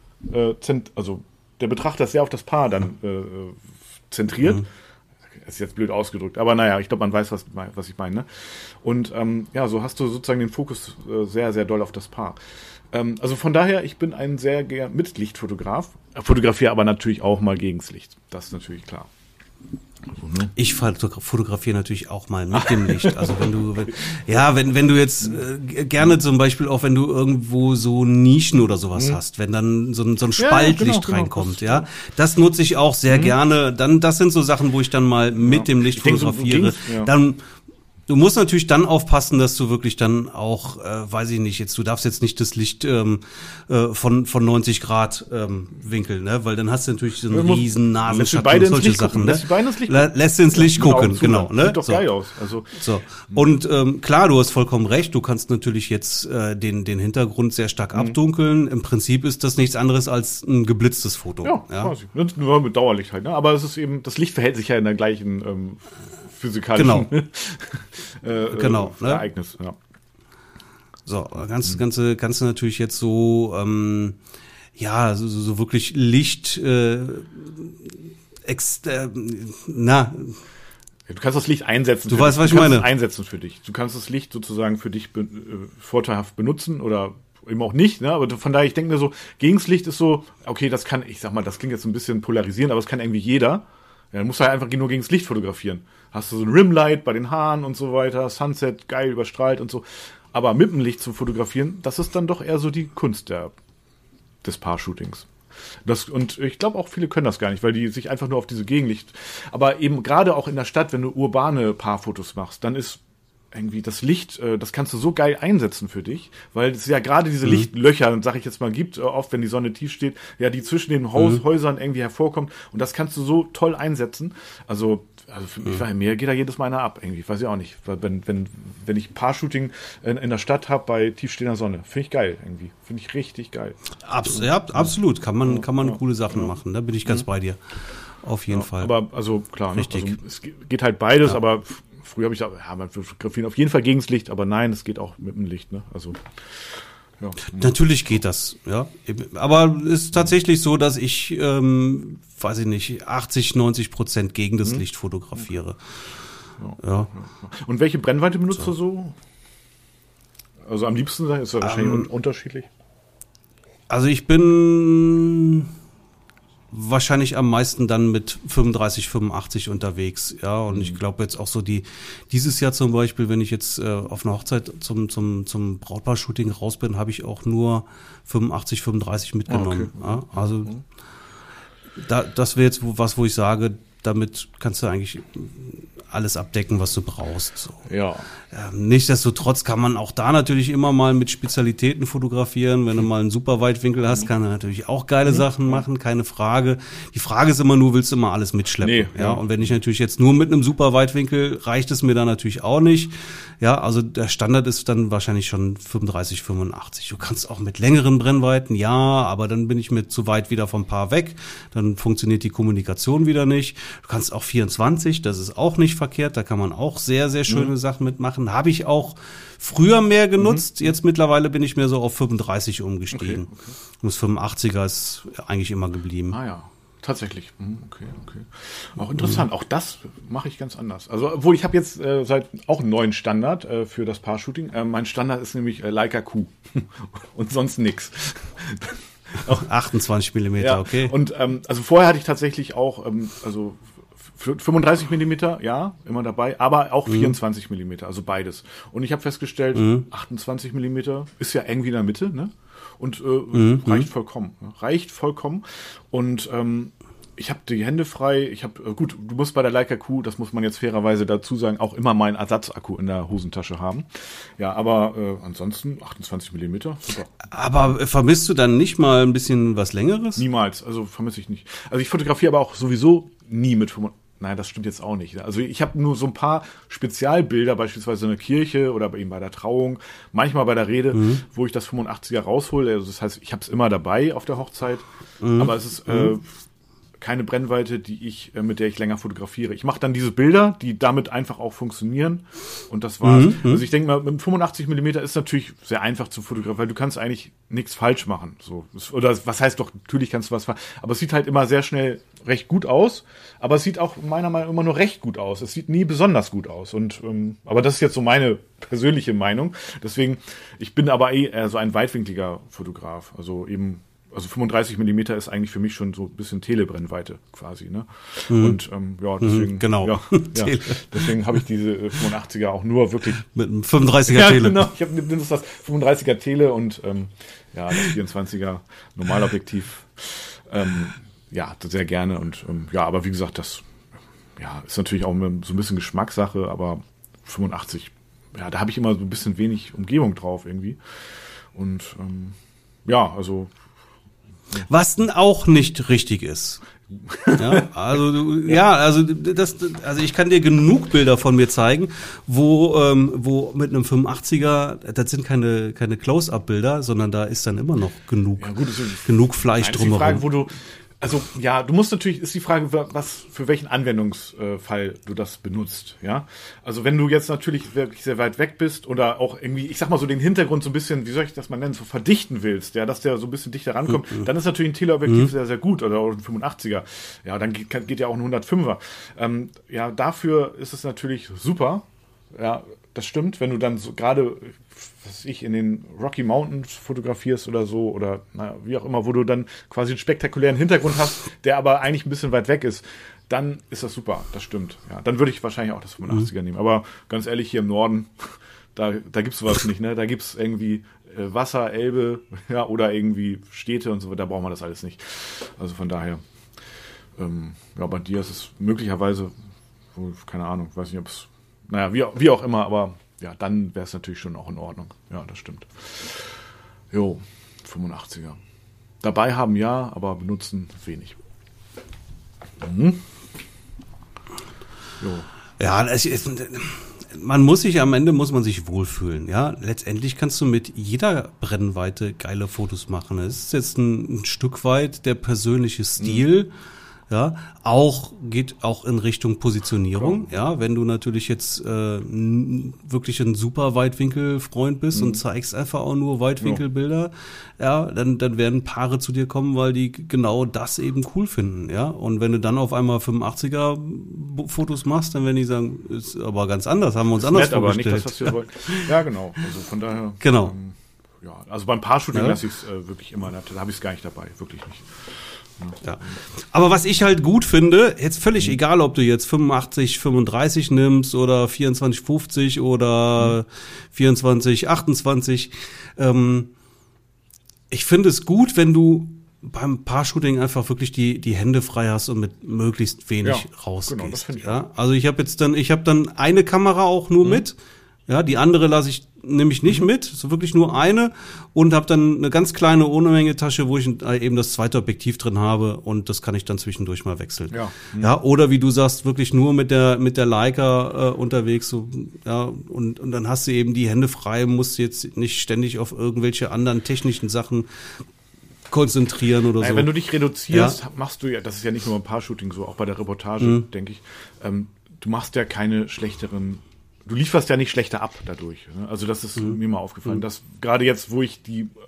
also der Betrachter ist sehr auf das Paar dann zentriert. Ist jetzt blöd ausgedrückt, aber naja, ich glaube, man weiß, was ich meine. Ne? Und so hast du sozusagen den Fokus sehr, sehr doll auf das Paar. Also von daher, ich bin ein sehr mit Lichtfotograf, fotografiere aber natürlich auch mal gegens Licht. Das ist natürlich klar. Also, ne? Ich fotografiere natürlich auch mal mit dem Licht. Also wenn du jetzt gerne zum Beispiel auch, wenn du irgendwo so Nischen oder sowas hast, wenn dann so ein Spaltlicht reinkommt, das nutze ich auch sehr gerne. Das sind so Sachen, wo ich dann mal mit dem Licht fotografiere. Dann du musst natürlich dann aufpassen, dass du wirklich dann auch, weiß ich nicht, du darfst jetzt nicht das Licht von 90 Grad winkeln, ne? Weil dann hast du natürlich so einen riesen Nasenschatten und solche Sachen. Ne? Lässt du ins Licht gucken, genau. Ne? Sieht doch geil aus. Also, so. Und klar, du hast vollkommen recht, du kannst natürlich jetzt den Hintergrund sehr stark abdunkeln. Im Prinzip ist das nichts anderes als ein geblitztes Foto. Ja. Quasi. Nur mit Dauerlicht halt. Ne? Aber es ist eben, das Licht verhält sich ja in der gleichen physikalischen Ereignis. Ja. So, kannst du natürlich jetzt so so wirklich Licht Du kannst das Licht einsetzen. Du weißt, was ich meine. Du kannst es einsetzen für dich. Du kannst das Licht sozusagen für dich vorteilhaft benutzen oder eben auch nicht. Ne? Aber von daher, ich denke mir so, gegens Licht ist so, okay, das kann, ich sag mal, das klingt jetzt ein bisschen polarisierend, aber das kann irgendwie jeder. Ja, dann musst du halt einfach nur gegens Licht fotografieren. Hast du so ein Rimlight bei den Haaren und so weiter, Sunset, geil überstrahlt und so. Aber mit dem Licht zu fotografieren, das ist dann doch eher so die Kunst des Paar-Shootings. Und ich glaube auch viele können das gar nicht, weil die sich einfach nur auf diese Gegenlicht, aber eben gerade auch in der Stadt, wenn du urbane Paarfotos machst, dann ist irgendwie das Licht, das kannst du so geil einsetzen für dich, weil es ja gerade diese Lichtlöcher, sag ich jetzt mal, gibt, oft wenn die Sonne tief steht, ja, die zwischen den Häusern irgendwie hervorkommt, und das kannst du so toll einsetzen. Also für mich mir geht da jedes Mal einer ab, irgendwie, weiß ich auch nicht. Weil wenn ich ein Paar-Shooting in der Stadt habe bei tiefstehender Sonne, finde ich geil irgendwie. Finde ich richtig geil. Absolut. Kann man coole Sachen machen, da bin ich ganz bei dir. Auf jeden Fall. Aber also klar, richtig. Ne? Also, es geht halt beides, aber früher habe ich gesagt, man fotografieren auf jeden Fall gegens Licht, aber nein, es geht auch mit dem Licht, ne? Also Ja. Natürlich geht das, ja. Aber es ist tatsächlich so, dass ich, weiß ich nicht, 80-90% gegen das Licht fotografiere. Ja. Und welche Brennweite benutzt du so? Also am liebsten ist das wahrscheinlich unterschiedlich. Also ich bin wahrscheinlich am meisten dann mit 35, 85 unterwegs, ja, und ich glaube jetzt auch so dieses Jahr zum Beispiel, wenn ich jetzt auf einer Hochzeit zum Brautpaar-Shooting raus bin, habe ich auch nur 85, 35 mitgenommen, ja, also das wäre jetzt was, wo ich sage, damit kannst du eigentlich alles abdecken, was du brauchst. So. Ja. Nichtsdestotrotz kann man auch da natürlich immer mal mit Spezialitäten fotografieren. Wenn du mal einen super Weitwinkel hast, kann er natürlich auch geile Sachen machen, keine Frage. Die Frage ist immer nur, willst du immer alles mitschleppen? Nee, ja. Und wenn ich natürlich jetzt nur mit einem super Weitwinkel, reicht es mir dann natürlich auch nicht. Ja, also der Standard ist dann wahrscheinlich schon 35, 85. Du kannst auch mit längeren Brennweiten, ja, aber dann bin ich mir zu weit wieder vom Paar weg. Dann funktioniert die Kommunikation wieder nicht. Du kannst auch 24, das ist auch nicht verkehrt. Da kann man auch sehr, sehr schöne Sachen mitmachen. Habe ich auch früher mehr genutzt. Jetzt mittlerweile bin ich mehr so auf 35 umgestiegen. Okay. Und das 85er ist eigentlich immer geblieben. Ah ja, tatsächlich. Okay. Auch interessant. Auch das mache ich ganz anders. Also, obwohl ich habe jetzt seit auch einen neuen Standard für das Paar-Shooting. Mein Standard ist nämlich Leica Q und sonst nix. 28 Millimeter, Ja, okay. und also vorher hatte ich tatsächlich auch 35 Millimeter, ja, immer dabei, aber auch 24 Millimeter, also beides. Und ich habe festgestellt, 28 Millimeter ist ja irgendwie in der Mitte, ne? Und reicht vollkommen. Reicht vollkommen. Und ich habe die Hände frei. Ich habe gut, du musst bei der Leica Q, das muss man jetzt fairerweise dazu sagen, auch immer meinen Ersatzakku in der Hosentasche haben. Ja, aber ansonsten 28 Millimeter, super. Aber vermisst du dann nicht mal ein bisschen was Längeres? Niemals, also vermisse ich nicht. Also ich fotografiere aber auch sowieso nie mit 35. Nein, das stimmt jetzt auch nicht. Also ich habe nur so ein paar Spezialbilder, beispielsweise in der Kirche oder eben bei der Trauung, manchmal bei der Rede, wo ich das 85er raushole. Also das heißt, ich habe es immer dabei auf der Hochzeit, aber es ist keine Brennweite, mit der ich länger fotografiere. Ich mache dann diese Bilder, die damit einfach auch funktionieren, und das war's. Also ich denke mal, mit 85 Millimeter ist natürlich sehr einfach zu fotografieren, weil du kannst eigentlich nichts falsch machen. So, oder was heißt doch, natürlich kannst du was falsch, aber es sieht halt immer sehr schnell recht gut aus, aber es sieht auch meiner Meinung nach immer nur recht gut aus. Es sieht nie besonders gut aus. Und aber das ist jetzt so meine persönliche Meinung. Deswegen, ich bin aber eher so ein weitwinkliger Fotograf. Also 35 Millimeter ist eigentlich für mich schon so ein bisschen Telebrennweite quasi, ne? Und deswegen, genau. ja, deswegen habe ich diese 85er auch nur wirklich mit einem 35er ja, Tele. Genau, ich habe mindestens das 35er Tele und das 24er Normalobjektiv. Das sehr gerne und aber wie gesagt, das ist natürlich auch so ein bisschen Geschmackssache, aber 85, da habe ich immer so ein bisschen wenig Umgebung drauf irgendwie. Und also was denn auch nicht richtig ist. Ja, also ich kann dir genug Bilder von mir zeigen, wo mit einem 85er, das sind keine Close-Up-Bilder, sondern da ist dann immer noch genug Fleisch drumherum. Die Frage, du musst natürlich, ist die Frage, für welchen Anwendungsfall du das benutzt, ja. Also wenn du jetzt natürlich wirklich sehr weit weg bist oder auch irgendwie, ich sag mal so den Hintergrund so ein bisschen, wie soll ich das mal nennen, so verdichten willst, ja, dass der so ein bisschen dichter rankommt, dann ist natürlich ein Teleobjektiv sehr, sehr gut oder auch ein 85er. Ja, dann geht ja auch ein 105er. Dafür ist es natürlich super. Ja, das stimmt, wenn du dann so gerade, in den Rocky Mountains fotografierst oder so, oder wie auch immer, wo du dann quasi einen spektakulären Hintergrund hast, der aber eigentlich ein bisschen weit weg ist, dann ist das super, das stimmt. Ja, dann würde ich wahrscheinlich auch das 85er nehmen. Aber ganz ehrlich, hier im Norden, da gibt's sowas nicht, ne? Da gibt's irgendwie Wasser, Elbe, ja, oder irgendwie Städte und so, da brauchen wir das alles nicht. Also von daher, bei dir ist es möglicherweise, keine Ahnung, weiß nicht, ob es wie auch immer, aber ja, dann wäre es natürlich schon auch in Ordnung. Ja, das stimmt. 85er. Dabei haben ja, aber benutzen wenig. Ja, man muss sich wohlfühlen, ja. Letztendlich kannst du mit jeder Brennweite geile Fotos machen. Es ist jetzt ein Stück weit der persönliche Stil. Ja, geht auch in Richtung Positionierung. Ja, wenn du natürlich jetzt wirklich ein super Weitwinkelfreund bist und zeigst einfach auch nur Weitwinkelbilder, ja, dann werden Paare zu dir kommen, weil die genau das eben cool finden. Ja, und wenn du dann auf einmal 85er Fotos machst, dann werden die sagen, ist aber ganz anders, haben wir uns anders vorgestellt. Aber nicht das, was wir wollten. Ja, genau. Also von daher. Genau. Ja, also beim Paar-Shooting lasse ich es wirklich immer, da habe ich es gar nicht dabei, wirklich nicht. Ja. Aber was ich halt gut finde, jetzt völlig egal, ob du jetzt 85, 35 nimmst oder 24, 50 oder 24, 28, ich finde es gut, wenn du beim Paar-Shooting einfach wirklich die Hände frei hast und mit möglichst wenig rausgehst. Genau, das finde ich auch. Also ich habe dann eine Kamera auch nur mit. Ja, die andere nehme ich nicht mit, so wirklich nur eine und habe dann eine ganz kleine Ohne-Menge-Tasche, wo ich eben das zweite Objektiv drin habe und das kann ich dann zwischendurch mal wechseln. Ja, oder wie du sagst, wirklich nur mit der Leica unterwegs, so, ja, und dann hast du eben die Hände frei, musst jetzt nicht ständig auf irgendwelche anderen technischen Sachen konzentrieren oder so. Wenn du dich reduzierst, machst du ja, das ist ja nicht nur ein Paar-Shooting so, auch bei der Reportage, denke ich, du machst ja keine schlechteren. Du lieferst ja nicht schlechter ab dadurch. Ne? Also das ist mir mal aufgefallen, dass gerade jetzt, wo ich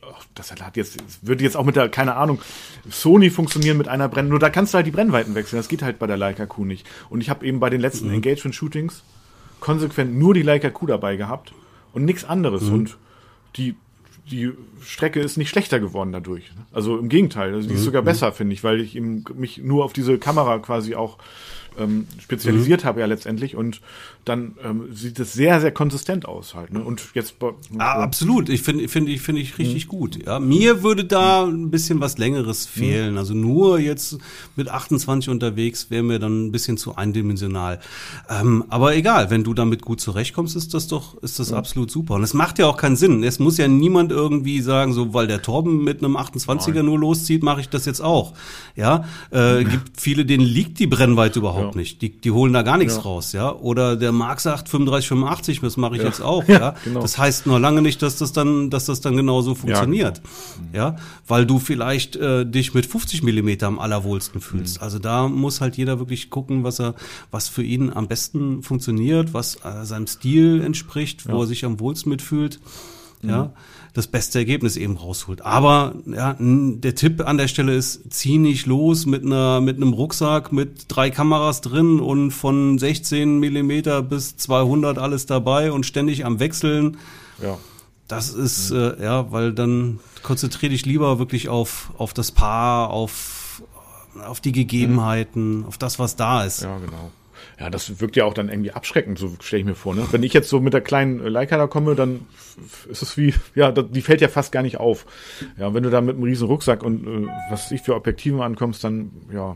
würde jetzt auch mit der, keine Ahnung, Sony funktionieren mit einer nur da kannst du halt die Brennweiten wechseln. Das geht halt bei der Leica Q nicht. Und ich habe eben bei den letzten Engagement-Shootings konsequent nur die Leica Q dabei gehabt und nichts anderes. Und die Strecke ist nicht schlechter geworden dadurch. Ne? Also im Gegenteil, also die ist sogar besser, finde ich, weil ich eben mich nur auf diese Kamera quasi auch spezialisiert habe ja letztendlich und dann sieht es sehr, sehr konsistent aus halt. Ne? Und jetzt absolut, ich finde ich richtig gut. Ja, mir würde da ein bisschen was Längeres fehlen. Also nur jetzt mit 28 unterwegs wäre mir dann ein bisschen zu eindimensional. Aber egal, wenn du damit gut zurechtkommst, ist das absolut super. Und es macht ja auch keinen Sinn. Es muss ja niemand irgendwie sagen, so weil der Torben mit einem 28er nur loszieht, mache ich das jetzt auch. Ja, gibt viele, denen liegt die Brennweite überhaupt nicht. Die holen da gar nichts raus, ja. Oder der Marc sagt 35, 85, das mache ich jetzt auch, ja. Genau. Das heißt noch lange nicht, dass das dann genauso funktioniert. Ja, weil du vielleicht dich mit 50 Millimeter am allerwohlsten fühlst. Also da muss halt jeder wirklich gucken, was für ihn am besten funktioniert, was seinem Stil entspricht, wo er sich am wohlsten mitfühlt. Ja, das beste Ergebnis eben rausholt. Aber ja, der Tipp an der Stelle ist, zieh nicht los mit einem Rucksack mit 3 Kameras drin und von 16 Millimeter bis 200 alles dabei und ständig am Wechseln. Ja. Das ist, weil dann konzentrier dich lieber wirklich auf das Paar, auf die Gegebenheiten, auf das, was da ist. Ja, genau. Ja, das wirkt ja auch dann irgendwie abschreckend, so stelle ich mir vor. Ne? Wenn ich jetzt so mit der kleinen Leica da komme, dann ist es wie, die fällt ja fast gar nicht auf. Ja, wenn du da mit einem riesen Rucksack und was ich für Objektiven ankommst, dann,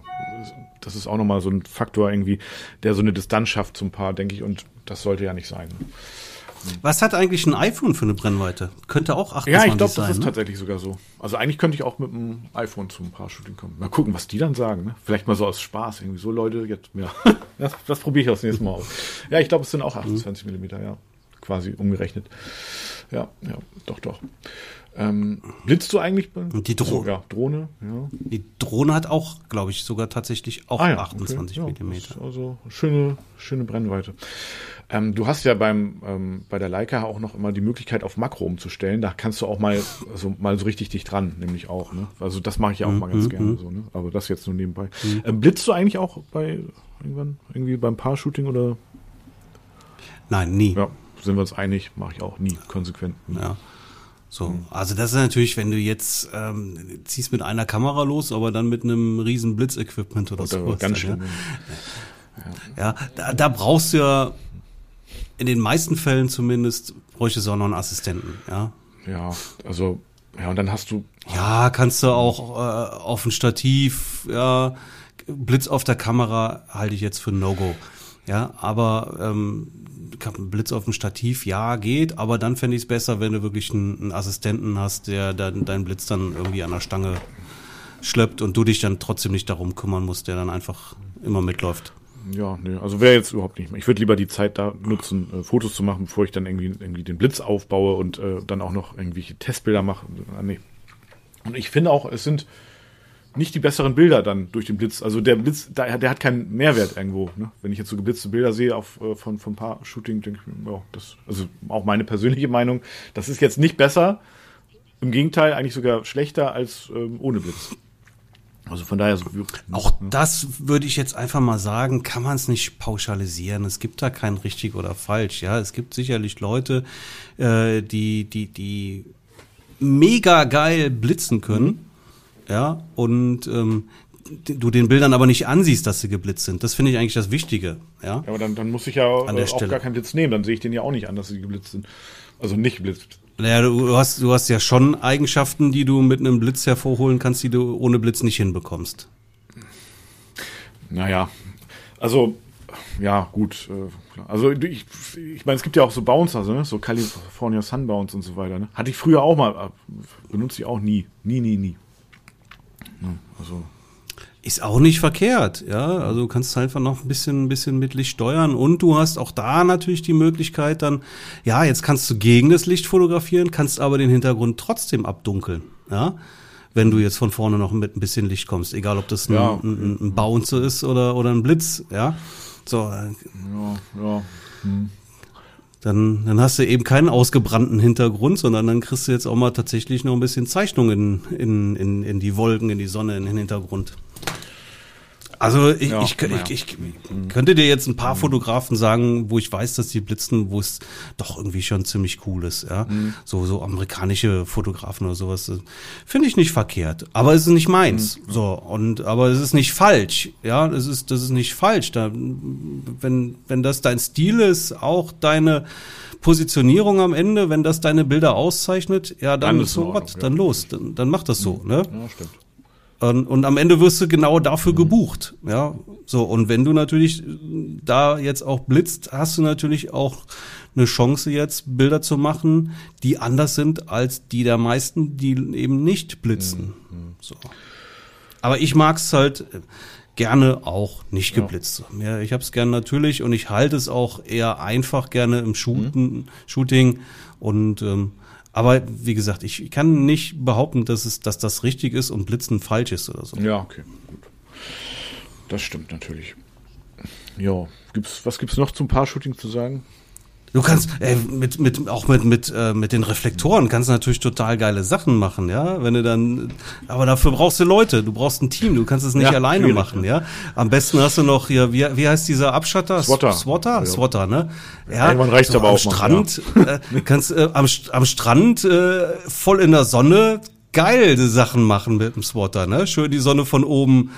das ist auch nochmal so ein Faktor irgendwie, der so eine Distanz schafft zum Paar, denke ich, und das sollte ja nicht sein. Was hat eigentlich ein iPhone für eine Brennweite? Könnte auch 28 sein. Ja, ich glaube, das ist tatsächlich sogar so. Also eigentlich könnte ich auch mit dem iPhone zum Paar-Shooting kommen. Mal gucken, was die dann sagen. Ne? Vielleicht mal so aus Spaß. Irgendwie so, Leute, jetzt, das probiere ich das nächste Mal aus. Ja, ich glaube, es sind auch 28 Millimeter, quasi umgerechnet. Ja, doch. Blitzt du eigentlich? Die Drohne. Drohne, ja. Die Drohne hat auch, glaube ich, sogar tatsächlich auch 28 Millimeter. Also schöne Brennweite. Du hast ja bei der Leica auch noch immer die Möglichkeit, auf Makro umzustellen. Da kannst du auch mal so richtig dicht dran, nämlich auch. Ne? Also das mache ich ja auch mal ganz gerne so. Ne? Aber das jetzt nur nebenbei. Blitzt du eigentlich auch irgendwie beim Paar-Shooting oder? Nein, nie. Ja, sind wir uns einig, mache ich auch nie, konsequent. Nie. Ja. So, also das ist natürlich, wenn du jetzt ziehst mit einer Kamera los, aber dann mit einem riesen Blitzequipment oder so. Ganz schön. Ja, da brauchst du ja in den meisten Fällen zumindest, bräuchtest du auch noch einen Assistenten, ja. Ja, also, und dann hast du... Ja, kannst du auch auf ein Stativ, Blitz auf der Kamera halte ich jetzt für ein No-Go. Ja, aber Blitz auf dem Stativ, geht, aber dann fände ich es besser, wenn du wirklich einen Assistenten hast, der deinen Blitz dann irgendwie an der Stange schleppt und du dich dann trotzdem nicht darum kümmern musst, der dann einfach immer mitläuft. Ja, nee, also wäre jetzt überhaupt nicht mehr. Ich würde lieber die Zeit da nutzen, Fotos zu machen, bevor ich dann irgendwie den Blitz aufbaue und dann auch noch irgendwelche Testbilder mache. Nee. Und ich finde auch, es sind nicht die besseren Bilder dann durch den Blitz. Also der Blitz, der hat keinen Mehrwert irgendwo. Ne? Wenn ich jetzt so geblitzte Bilder sehe von ein paar Shooting, denke ich mir, ja, also auch meine persönliche Meinung, das ist jetzt nicht besser. Im Gegenteil, eigentlich sogar schlechter als ohne Blitz. Also von daher... Auch das würde ich jetzt einfach mal sagen, kann man es nicht pauschalisieren. Es gibt da kein richtig oder falsch. Ja, es gibt sicherlich Leute, die mega geil blitzen können. Ja, und du den Bildern aber nicht ansiehst, dass sie geblitzt sind. Das finde ich eigentlich das Wichtige. Ja, aber dann muss ich ja auch gar keinen Blitz nehmen. Dann sehe ich den ja auch nicht an, dass sie geblitzt sind. Also nicht geblitzt. Naja, du hast ja schon Eigenschaften, die du mit einem Blitz hervorholen kannst, die du ohne Blitz nicht hinbekommst. Naja, also, ja, gut. Also, ich meine, es gibt ja auch so Bouncer, ne? So California Sunbounce und so weiter. Ne? Hatte ich früher auch mal, benutze ich auch nie. Nie. Also. Ist auch nicht verkehrt, ja. Also du kannst einfach noch ein bisschen mit Licht steuern und du hast auch da natürlich die Möglichkeit dann, ja, jetzt kannst du gegen das Licht fotografieren, kannst aber den Hintergrund trotzdem abdunkeln, ja. Wenn du jetzt von vorne noch mit ein bisschen Licht kommst, egal ob das ein Bounce ist oder ein Blitz, ja. So. Ja. Dann hast du eben keinen ausgebrannten Hintergrund, sondern dann kriegst du jetzt auch mal tatsächlich noch ein bisschen Zeichnung in die Wolken, in die Sonne, in den Hintergrund. Also ich könnte dir jetzt ein paar Fotografen sagen, wo ich weiß, dass die blitzen, wo es doch irgendwie schon ziemlich cool ist, ja. So amerikanische Fotografen oder sowas. Finde ich nicht verkehrt. Aber es ist nicht meins. Aber es ist nicht falsch. Ja, das ist nicht falsch. Wenn das dein Stil ist, auch deine Positionierung am Ende, wenn das deine Bilder auszeichnet, ja, dann ist so was, dann los. Dann mach das so, ne? Ja, stimmt. Und am Ende wirst du genau dafür gebucht, ja. So, und wenn du natürlich da jetzt auch blitzt, hast du natürlich auch eine Chance jetzt, Bilder zu machen, die anders sind als die der meisten, die eben nicht blitzen. So. Aber ich mag's halt gerne auch nicht geblitzt. Ja, ich hab's gerne natürlich und ich halte es auch eher einfach gerne im Shooting und aber wie gesagt, ich kann nicht behaupten, dass das richtig ist und Blitzen falsch ist oder so. Ja, okay, gut. Das stimmt natürlich. Ja, was gibt's noch zum Paar-Shooting zu sagen? Du kannst mit den Reflektoren kannst du natürlich total geile Sachen machen, ja. Wenn du dann, aber dafür brauchst du Leute, du brauchst ein Team, du kannst es nicht alleine machen, ja. Am besten hast du noch hier, wie heißt dieser Abschatter? Swotter, ne? Ja. Irgendwann reicht's aber auch Strand, kannst am Strand voll in der Sonne geile Sachen machen mit dem Swotter, ne? Schön die Sonne von oben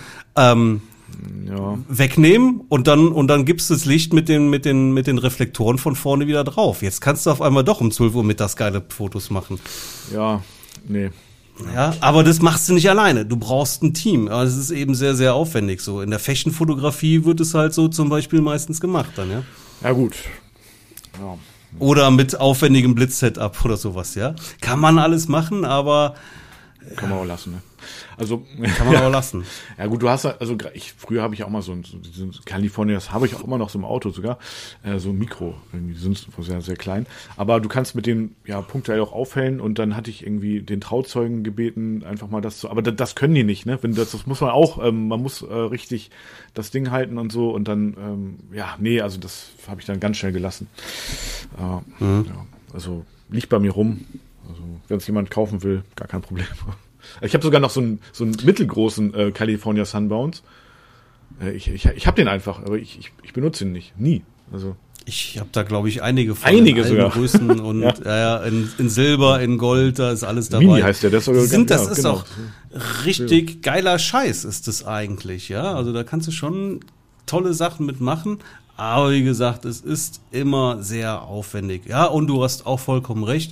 wegnehmen und dann gibst du das Licht mit den Reflektoren von vorne wieder drauf. Jetzt kannst du auf einmal doch um 12 Uhr mittags geile Fotos machen. Ja, nee. Ja, aber das machst du nicht alleine. Du brauchst ein Team. Aber es ist eben sehr, sehr aufwendig so. In der Fashion-Fotografie wird es halt so zum Beispiel meistens gemacht dann, ja. Ja, gut. Ja. Oder mit aufwendigem Blitz-Setup oder sowas, ja. Kann man alles machen, aber kann man auch lassen, ne? Also kann man auch lassen. Ja gut, du hast früher habe ich auch mal so California, das habe ich auch immer noch so im Auto sogar, so ein Mikro, irgendwie, die sind sehr, sehr klein. Aber du kannst mit denen ja punktuell auch aufhellen und dann hatte ich irgendwie den Trauzeugen gebeten, einfach mal das zu, aber das können die nicht, ne? Das muss man auch, man muss richtig das Ding halten und so und dann, also das habe ich dann ganz schnell gelassen. Ja, also liegt bei mir rum. Also wenn es jemand kaufen will, gar kein Problem. Ich habe sogar noch so einen mittelgroßen California Sunbounce. Ich habe den einfach, aber ich benutze ihn nicht. Nie. Also ich habe da, glaube ich, einige von allen sogar. Größen und in Silber, in Gold, da ist alles dabei. Mini heißt der, das ist auch richtig geiler Scheiß, ist das eigentlich, ja. Also da kannst du schon tolle Sachen mitmachen. Aber wie gesagt, es ist immer sehr aufwendig. Ja, und du hast auch vollkommen recht.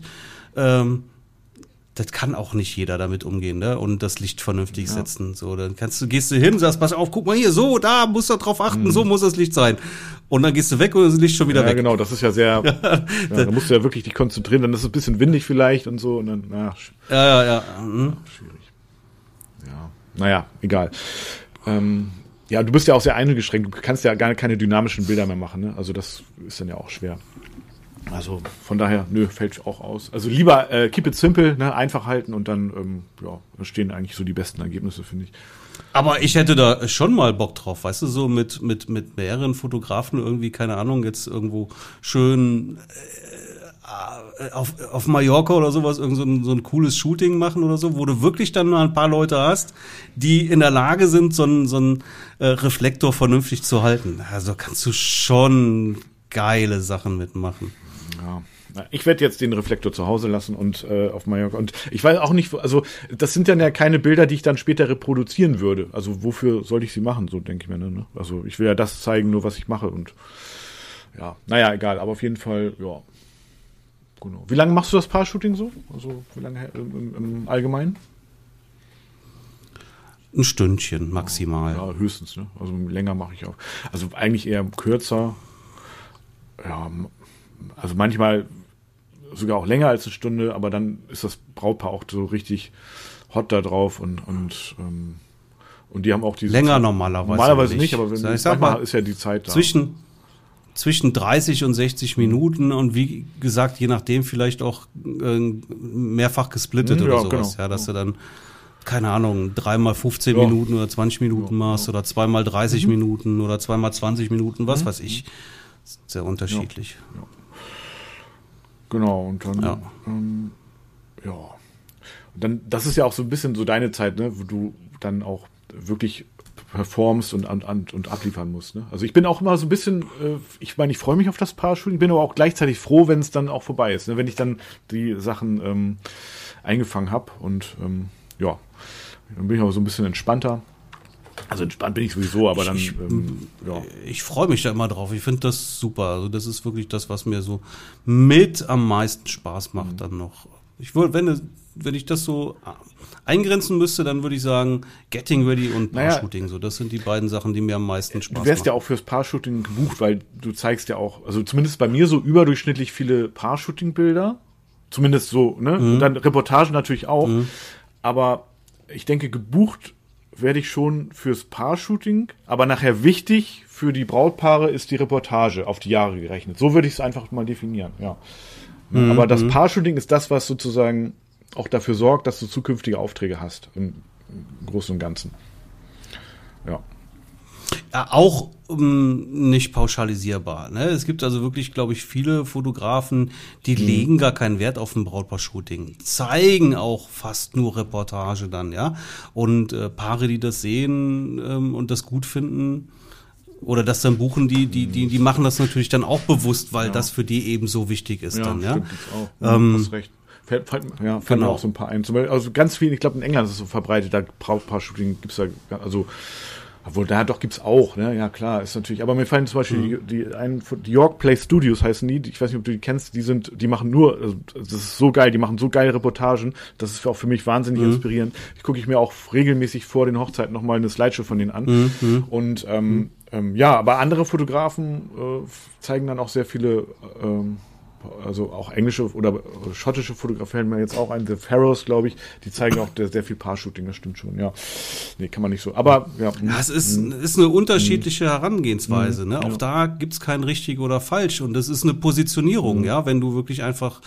Das kann auch nicht jeder damit umgehen, ne? Und das Licht vernünftig setzen. So, dann gehst du hin, sagst, pass auf, guck mal hier, so, da musst du drauf achten, so muss das Licht sein. Und dann gehst du weg und das Licht schon wieder weg. Ja, genau, das ist ja sehr, da musst du ja wirklich dich konzentrieren, dann ist es ein bisschen windig vielleicht und so und dann, schwierig. Ja, naja, egal. Du bist ja auch sehr eingeschränkt, du kannst ja gar keine dynamischen Bilder mehr machen, ne? Also das ist dann ja auch schwer. Also von daher, fällt auch aus. Also lieber keep it simple, ne, einfach halten und dann da stehen eigentlich so die besten Ergebnisse, finde ich. Aber ich hätte da schon mal Bock drauf, weißt du, so mit mehreren Fotografen irgendwie, keine Ahnung, jetzt irgendwo schön auf Mallorca oder sowas, so ein cooles Shooting machen oder so, wo du wirklich dann mal ein paar Leute hast, die in der Lage sind, so einen Reflektor vernünftig zu halten. Also kannst du schon geile Sachen mitmachen. Ja. Ich werde jetzt den Reflektor zu Hause lassen und auf Mallorca. Und ich weiß auch nicht, also das sind dann ja keine Bilder, die ich dann später reproduzieren würde. Also wofür soll ich sie machen, so denke ich mir. Ne? Also ich will ja das zeigen, nur was ich mache. Und ja, naja, egal. Aber auf jeden Fall, ja. Genau. Wie lange machst du das Paar-Shooting so? Also wie lange im Allgemeinen? Ein Stündchen maximal. Ja, höchstens. Ne? Also länger mache ich auch. Also eigentlich eher kürzer. Ja, also manchmal sogar auch länger als eine Stunde, aber dann ist das Brautpaar auch so richtig hot da drauf und die haben auch diese länger Zeit. Normalerweise nicht, aber manchmal mal, ist ja die Zeit da. Zwischen 30 und 60 Minuten und wie gesagt, je nachdem vielleicht auch mehrfach gesplittet oder sowas. Genau. Ja, dass du dann, keine Ahnung, 3x 15 Minuten oder 20 Minuten machst oder 2x 30 Minuten oder 2x 20 Minuten, was weiß ich. Sehr unterschiedlich. Ja. Genau, und dann, Und dann, das ist ja auch so ein bisschen so deine Zeit, ne, wo du dann auch wirklich performst und abliefern musst. Ne? Also ich bin auch immer so ein bisschen, ich freue mich auf das Paar-Shooting, bin aber auch gleichzeitig froh, wenn es dann auch vorbei ist, ne? Wenn ich dann die Sachen eingefangen habe und dann bin ich auch so ein bisschen entspannter. Also entspannt bin ich sowieso, aber dann, Ich freue mich da immer drauf. Ich finde das super. Also das ist wirklich das, was mir so mit am meisten Spaß macht dann noch. Wenn ich das so eingrenzen müsste, dann würde ich sagen, Getting Ready und Paar-Shooting. So, das sind die beiden Sachen, die mir am meisten Spaß machen. Du wärst ja auch fürs Paar-Shooting gebucht, weil du zeigst ja auch, also zumindest bei mir so überdurchschnittlich viele Paar-Shooting-Bilder. Zumindest so, ne? Und dann Reportagen natürlich auch. Aber ich denke, gebucht werde ich schon fürs Paar-Shooting, aber nachher wichtig für die Brautpaare ist die Reportage auf die Jahre gerechnet. So würde ich es einfach mal definieren, ja. Aber das Paar-Shooting ist das, was sozusagen auch dafür sorgt, dass du zukünftige Aufträge hast, im Großen und Ganzen. Ja. Ja, auch nicht pauschalisierbar. Ne? Es gibt also wirklich, glaube ich, viele Fotografen, die legen gar keinen Wert auf ein Brautpaar-Shooting, zeigen auch fast nur Reportage dann, ja. Und Paare, die das sehen und das gut finden oder das dann buchen, die machen das natürlich dann auch bewusst, weil das für die eben so wichtig ist dann, ja. Stimmt, auch. Hast recht. Fallen mir auch so ein paar ein. Zum Beispiel, also ganz viel, ich glaube in England ist es so verbreitet, da Brautpaar-Shooting gibt's da, also obwohl, gibt's auch, ne? Ja, klar, ist natürlich. Aber mir fallen zum Beispiel die York Place Studios heißen die. Ich weiß nicht, ob du die kennst. Die machen nur, also, das ist so geil. Die machen so geile Reportagen. Das ist auch für mich wahnsinnig inspirierend. Gucke ich mir auch regelmäßig vor den Hochzeiten nochmal eine Slideshow von denen an. Und, aber andere Fotografen zeigen dann auch sehr viele, also auch englische oder schottische Fotografien mir jetzt auch ein, The Pharaohs, glaube ich, die zeigen auch sehr viel Paar-Shooting, das stimmt schon, ja. Nee, kann man nicht so, aber ja. Es ist eine unterschiedliche Herangehensweise, ne? Auch da gibt's kein richtig oder falsch und das ist eine Positionierung, ja, wenn du wirklich einfach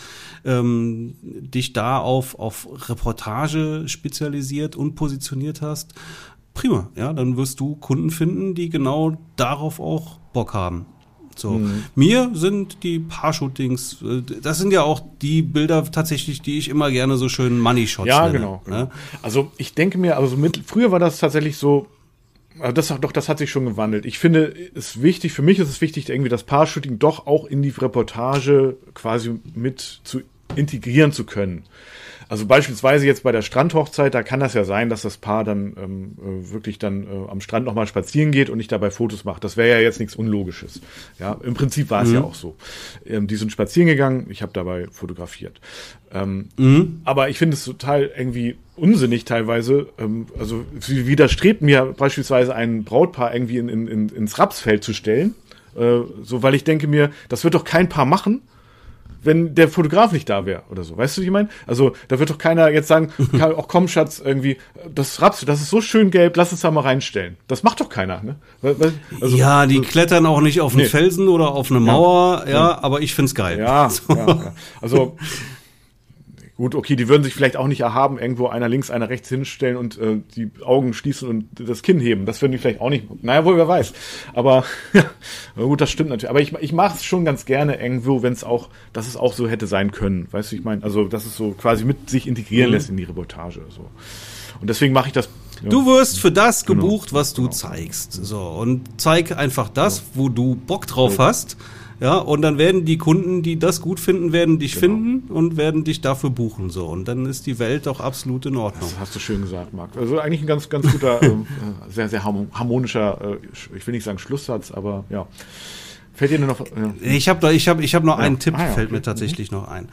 dich da auf Reportage spezialisiert und positioniert hast, prima, ja, dann wirst du Kunden finden, die genau darauf auch Bock haben. So. Mir sind die Paar-Shootings, das sind ja auch die Bilder tatsächlich, die ich immer gerne so schön Money-Shots nenne. Ja, genau. Ne? Also ich denke mir, früher war das tatsächlich so, das hat sich schon gewandelt. Ich finde, für mich ist es wichtig, irgendwie das Paar-Shooting doch auch in die Reportage quasi mit zu integrieren zu können. Also beispielsweise jetzt bei der Strandhochzeit, da kann das ja sein, dass das Paar dann wirklich dann am Strand nochmal spazieren geht und nicht dabei Fotos macht. Das wäre ja jetzt nichts Unlogisches. Ja, im Prinzip war es ja auch so. Die sind spazieren gegangen, ich habe dabei fotografiert. Aber ich finde es total irgendwie unsinnig teilweise. Also widerstrebt mir beispielsweise ein Brautpaar irgendwie ins Rapsfeld zu stellen. Weil ich denke mir, das wird doch kein Paar machen. wenn der Fotograf nicht da wäre oder so. Weißt du, wie ich meine? Also da wird doch keiner jetzt sagen, auch komm, Schatz, irgendwie, das ist so schön gelb, lass uns da mal reinstellen. Das macht doch keiner, ne? Also, ja, die klettern auch nicht auf einen Felsen oder auf eine Mauer, aber ich find's geil. Ja, ja. Also gut, okay, die würden sich vielleicht auch nicht erhaben, irgendwo einer links, einer rechts hinstellen und die Augen schließen und das Kinn heben. Das würden die vielleicht auch nicht. Naja, wohl, wer weiß. Aber gut, das stimmt natürlich. Aber ich mache es schon ganz gerne irgendwo, wenn es auch, dass es auch so hätte sein können. Weißt du, ich meine, also dass es so quasi mit sich integrieren lässt in die Reportage. So. Und deswegen mache ich das. Ja. Du wirst für das gebucht, was du zeigst. So, und zeig einfach das, wo du Bock drauf hast. Ja, und dann werden die Kunden, die das gut finden, werden dich finden und werden dich dafür buchen. So, und dann ist die Welt auch absolut in Ordnung. Das hast du schön gesagt, Marc. Also eigentlich ein ganz, ganz guter, sehr, sehr harmonischer, ich will nicht sagen Schlusssatz, aber ja. Fällt dir nur noch... Ich hab noch einen Tipp, fällt mir tatsächlich noch ein.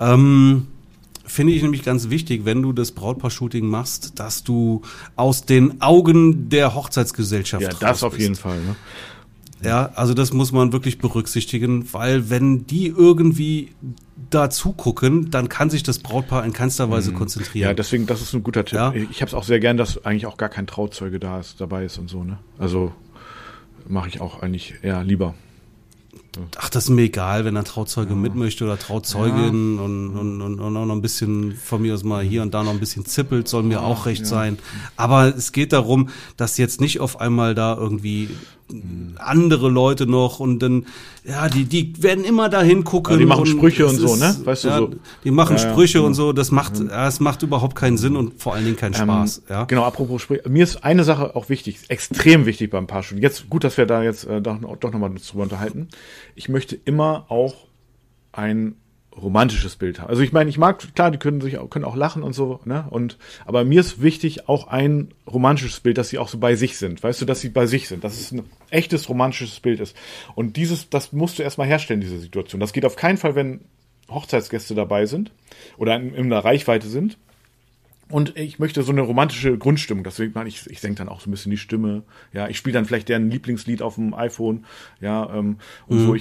Finde ich nämlich ganz wichtig, wenn du das Brautpaar-Shooting machst, dass du aus den Augen der Hochzeitsgesellschaft raus bist. Ja, das auf jeden Fall, ne? Ja, also das muss man wirklich berücksichtigen, weil wenn die irgendwie da zugucken, dann kann sich das Brautpaar in keinster Weise konzentrieren. Ja, deswegen, das ist ein guter Tipp. Ja. Ich habe es auch sehr gern, dass eigentlich auch gar kein Trauzeuge dabei ist und so, ne? Also mache ich auch eigentlich eher lieber. Ach, das ist mir egal, wenn ein Trauzeuge mit möchte oder Trauzeugin und auch noch ein bisschen von mir aus mal hier und da noch ein bisschen zippelt, soll mir auch recht sein. Aber es geht darum, dass jetzt nicht auf einmal da irgendwie andere Leute noch und dann, die werden immer dahin gucken. Ja, die machen Sprüche und so, ne? Weißt du, so. Die machen Sprüche und so, das macht, es macht überhaupt keinen Sinn und vor allen Dingen keinen Spaß. Ja. Genau, apropos Sprüche, mir ist eine Sache auch wichtig, extrem wichtig beim Paar-Shooting. Jetzt, gut, dass wir da jetzt doch nochmal drüber unterhalten. Ich möchte immer auch ein romantisches Bild haben. Also ich meine, ich mag, klar, die können auch lachen und so, ne? Aber mir ist wichtig auch ein romantisches Bild, dass sie auch so bei sich sind. Weißt du, dass sie bei sich sind, dass es ein echtes romantisches Bild ist. Und das musst du erstmal herstellen, diese Situation. Das geht auf keinen Fall, wenn Hochzeitsgäste dabei sind oder in der Reichweite sind. Und ich möchte so eine romantische Grundstimmung, deswegen meine ich senke dann auch so ein bisschen die Stimme. Ja, ich spiele dann vielleicht deren Lieblingslied auf dem iPhone, und so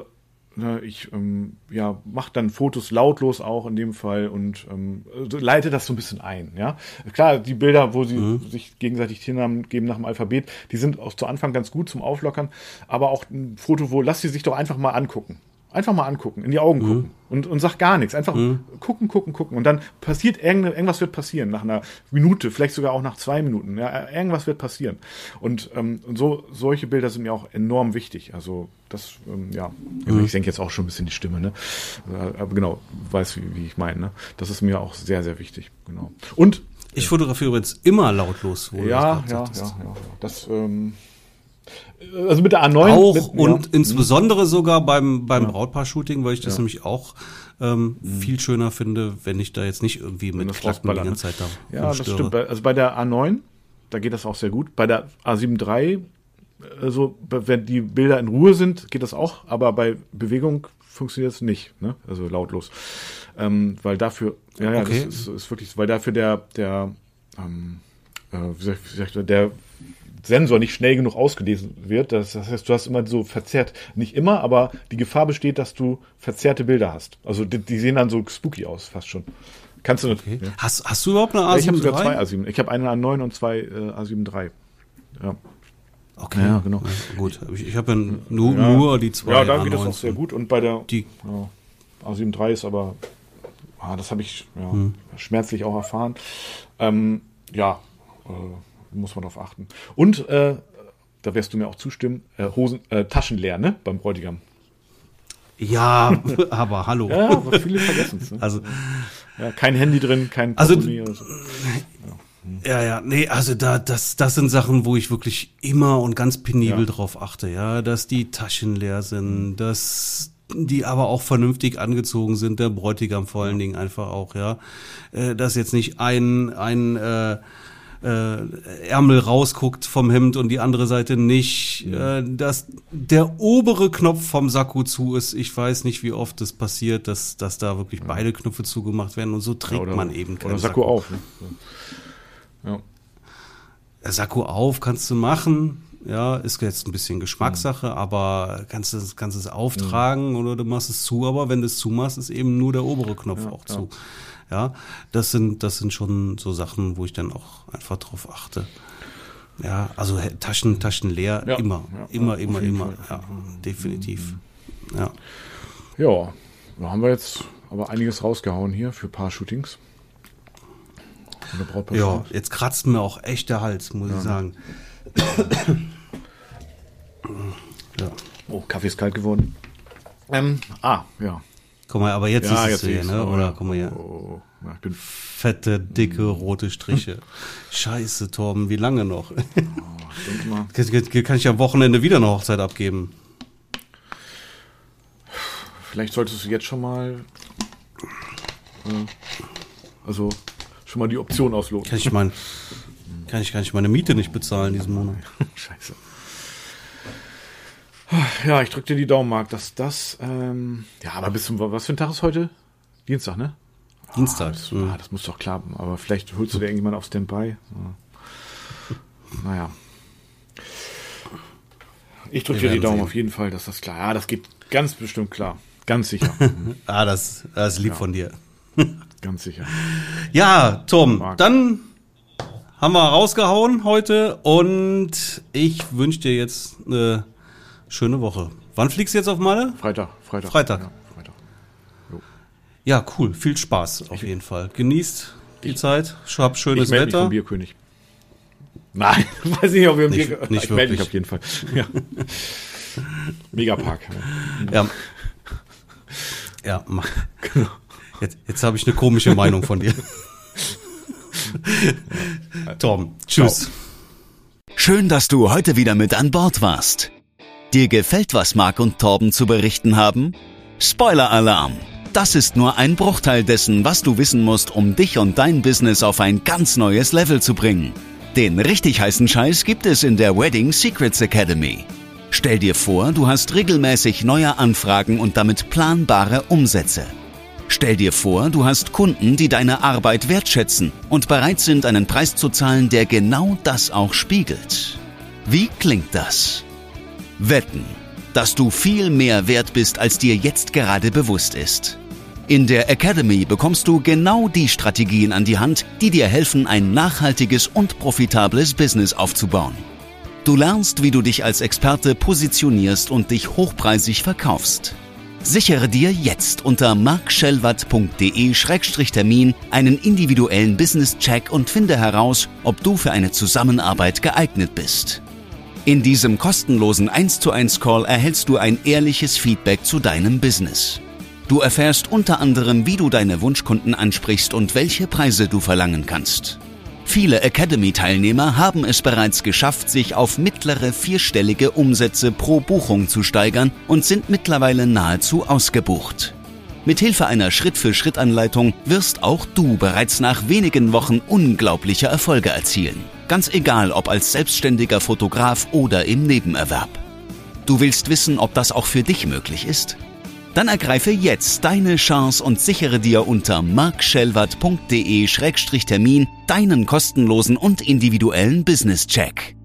ich mache dann Fotos lautlos auch in dem Fall und leite das so ein bisschen ein, ja. Klar, die Bilder, wo sie sich gegenseitig Tiernamen geben nach dem Alphabet, die sind auch zu Anfang ganz gut zum Auflockern, aber auch ein Foto, wo lass sie sich doch einfach mal angucken. Einfach mal angucken, in die Augen gucken und sag gar nichts. Einfach gucken. Und dann passiert irgendwas wird passieren nach einer Minute, vielleicht sogar auch nach 2 Minuten. Ja, irgendwas wird passieren. Und solche Bilder sind mir auch enorm wichtig. Also das, ich senke jetzt auch schon ein bisschen die Stimme, ne? Aber genau, weiß wie ich meine, ne? Das ist mir auch sehr, sehr wichtig. Genau. Und ich fotografiere übrigens immer lautlos. Ja. Das also mit der A9 auch insbesondere sogar beim Brautpaar-Shooting, weil ich das nämlich auch viel schöner finde, wenn ich da jetzt nicht irgendwie mit Klacken die ganze Zeit da das stimmt. Also bei der A9, da geht das auch sehr gut. Bei der A7 III, also wenn die Bilder in Ruhe sind, geht das auch, aber bei Bewegung funktioniert es nicht, ne? Also lautlos. Weil dafür, okay. Das ist wirklich, weil dafür der Sensor nicht schnell genug ausgelesen wird. Das heißt, du hast immer so verzerrt, nicht immer, aber die Gefahr besteht, dass du verzerrte Bilder hast. Also die sehen dann so spooky aus, fast schon. Kannst du nicht. Okay. Ja. Hast du überhaupt eine A7 III? Ich habe sogar 2 A7. Ich habe eine A9 und 2 A7 III. Ja. Okay. Ja, genau. Ja, gut. Ich habe ja nur die 2 A9. Ja, da geht das auch sehr gut. Und bei der A7 III ist aber, das habe ich schmerzlich auch erfahren. Muss man darauf achten. Und, da wirst du mir auch zustimmen, Taschen leer, ne? Beim Bräutigam. Ja, aber hallo. Ja, aber viele vergessen es. Ne? Also, kein Handy drin, kein Portemonnaie oder so. Nee, also das sind Sachen, wo ich wirklich immer und ganz penibel drauf achte, ja, dass die Taschen leer sind, dass die aber auch vernünftig angezogen sind, der Bräutigam vor allen Dingen einfach auch, dass jetzt nicht ein Ärmel rausguckt vom Hemd und die andere Seite nicht, dass der obere Knopf vom Sakko zu ist. Ich weiß nicht, wie oft das passiert, dass da wirklich beide Knöpfe zugemacht werden und so trägt man eben keinen Sakko auf. Ne? Sakko auf kannst du machen, Ja, ist jetzt ein bisschen Geschmackssache, aber kannst es auftragen oder du machst es zu, aber wenn du es zumachst, ist eben nur der obere Knopf auch zu. Ja, das sind schon so Sachen, wo ich dann auch einfach drauf achte. Ja, also Taschen leer, immer. Ja, definitiv. Ja. Ja, da haben wir jetzt aber einiges rausgehauen hier für Paar-Shootings. Ja, jetzt kratzt mir auch echt der Hals, muss ich sagen. Ja. Oh, Kaffee ist kalt geworden. Ja. Guck mal, aber jetzt ist es hier, ne? Oder guck mal hier. Oh, ich bin fette, dicke, rote Striche. Scheiße, Torben, wie lange noch? denk mal. Kann ich am Wochenende wieder eine Hochzeit abgeben? Vielleicht solltest du jetzt schon mal schon mal die Option ausloten. Kann ich meine Miete nicht bezahlen diesen Monat? Scheiße. Ja, ich drück dir die Daumen, Marc, dass das, aber was für ein Tag ist heute? Dienstag, ne? Dienstag. Das muss doch klappen, aber vielleicht holst du dir irgendjemand auf Standby. Naja. Ich drück dir die Daumen auf jeden Fall, dass das klar. Ja, das geht ganz bestimmt klar. Ganz sicher. Das ist lieb von dir. Ganz sicher. Ja, Tom, Marc. Dann haben wir rausgehauen heute und ich wünsche dir jetzt eine schöne Woche. Wann fliegst du jetzt auf Malle? Freitag. Freitag. Ja, Freitag. Jo. Ja, cool. Viel Spaß auf jeden Fall. Genießt die Zeit. Hab schönes Wetter. Ich melde mich vom Bierkönig. Nein, weiß nicht, ob wir nicht ich melde mich auf jeden Fall. Ja. Megapark. Ja, genau. Jetzt habe ich eine komische Meinung von dir. Tom, tschüss. Ciao. Schön, dass du heute wieder mit an Bord warst. Dir gefällt, was Marc und Torben zu berichten haben? Spoiler-Alarm! Das ist nur ein Bruchteil dessen, was du wissen musst, um dich und dein Business auf ein ganz neues Level zu bringen. Den richtig heißen Scheiß gibt es in der Wedding Secrets Academy. Stell dir vor, du hast regelmäßig neue Anfragen und damit planbare Umsätze. Stell dir vor, du hast Kunden, die deine Arbeit wertschätzen und bereit sind, einen Preis zu zahlen, der genau das auch spiegelt. Wie klingt das? Wetten, dass du viel mehr wert bist, als dir jetzt gerade bewusst ist. In der Academy bekommst du genau die Strategien an die Hand, die dir helfen, ein nachhaltiges und profitables Business aufzubauen. Du lernst, wie du dich als Experte positionierst und dich hochpreisig verkaufst. Sichere dir jetzt unter markschellwatt.de/Termin einen individuellen Business-Check und finde heraus, ob du für eine Zusammenarbeit geeignet bist. In diesem kostenlosen 1:1 Call erhältst du ein ehrliches Feedback zu deinem Business. Du erfährst unter anderem, wie du deine Wunschkunden ansprichst und welche Preise du verlangen kannst. Viele Academy-Teilnehmer haben es bereits geschafft, sich auf mittlere vierstellige Umsätze pro Buchung zu steigern und sind mittlerweile nahezu ausgebucht. Mithilfe einer Schritt-für-Schritt-Anleitung wirst auch du bereits nach wenigen Wochen unglaubliche Erfolge erzielen. Ganz egal, ob als selbstständiger Fotograf oder im Nebenerwerb. Du willst wissen, ob das auch für dich möglich ist? Dann ergreife jetzt deine Chance und sichere dir unter markschellwatt.de/Termin deinen kostenlosen und individuellen Business-Check.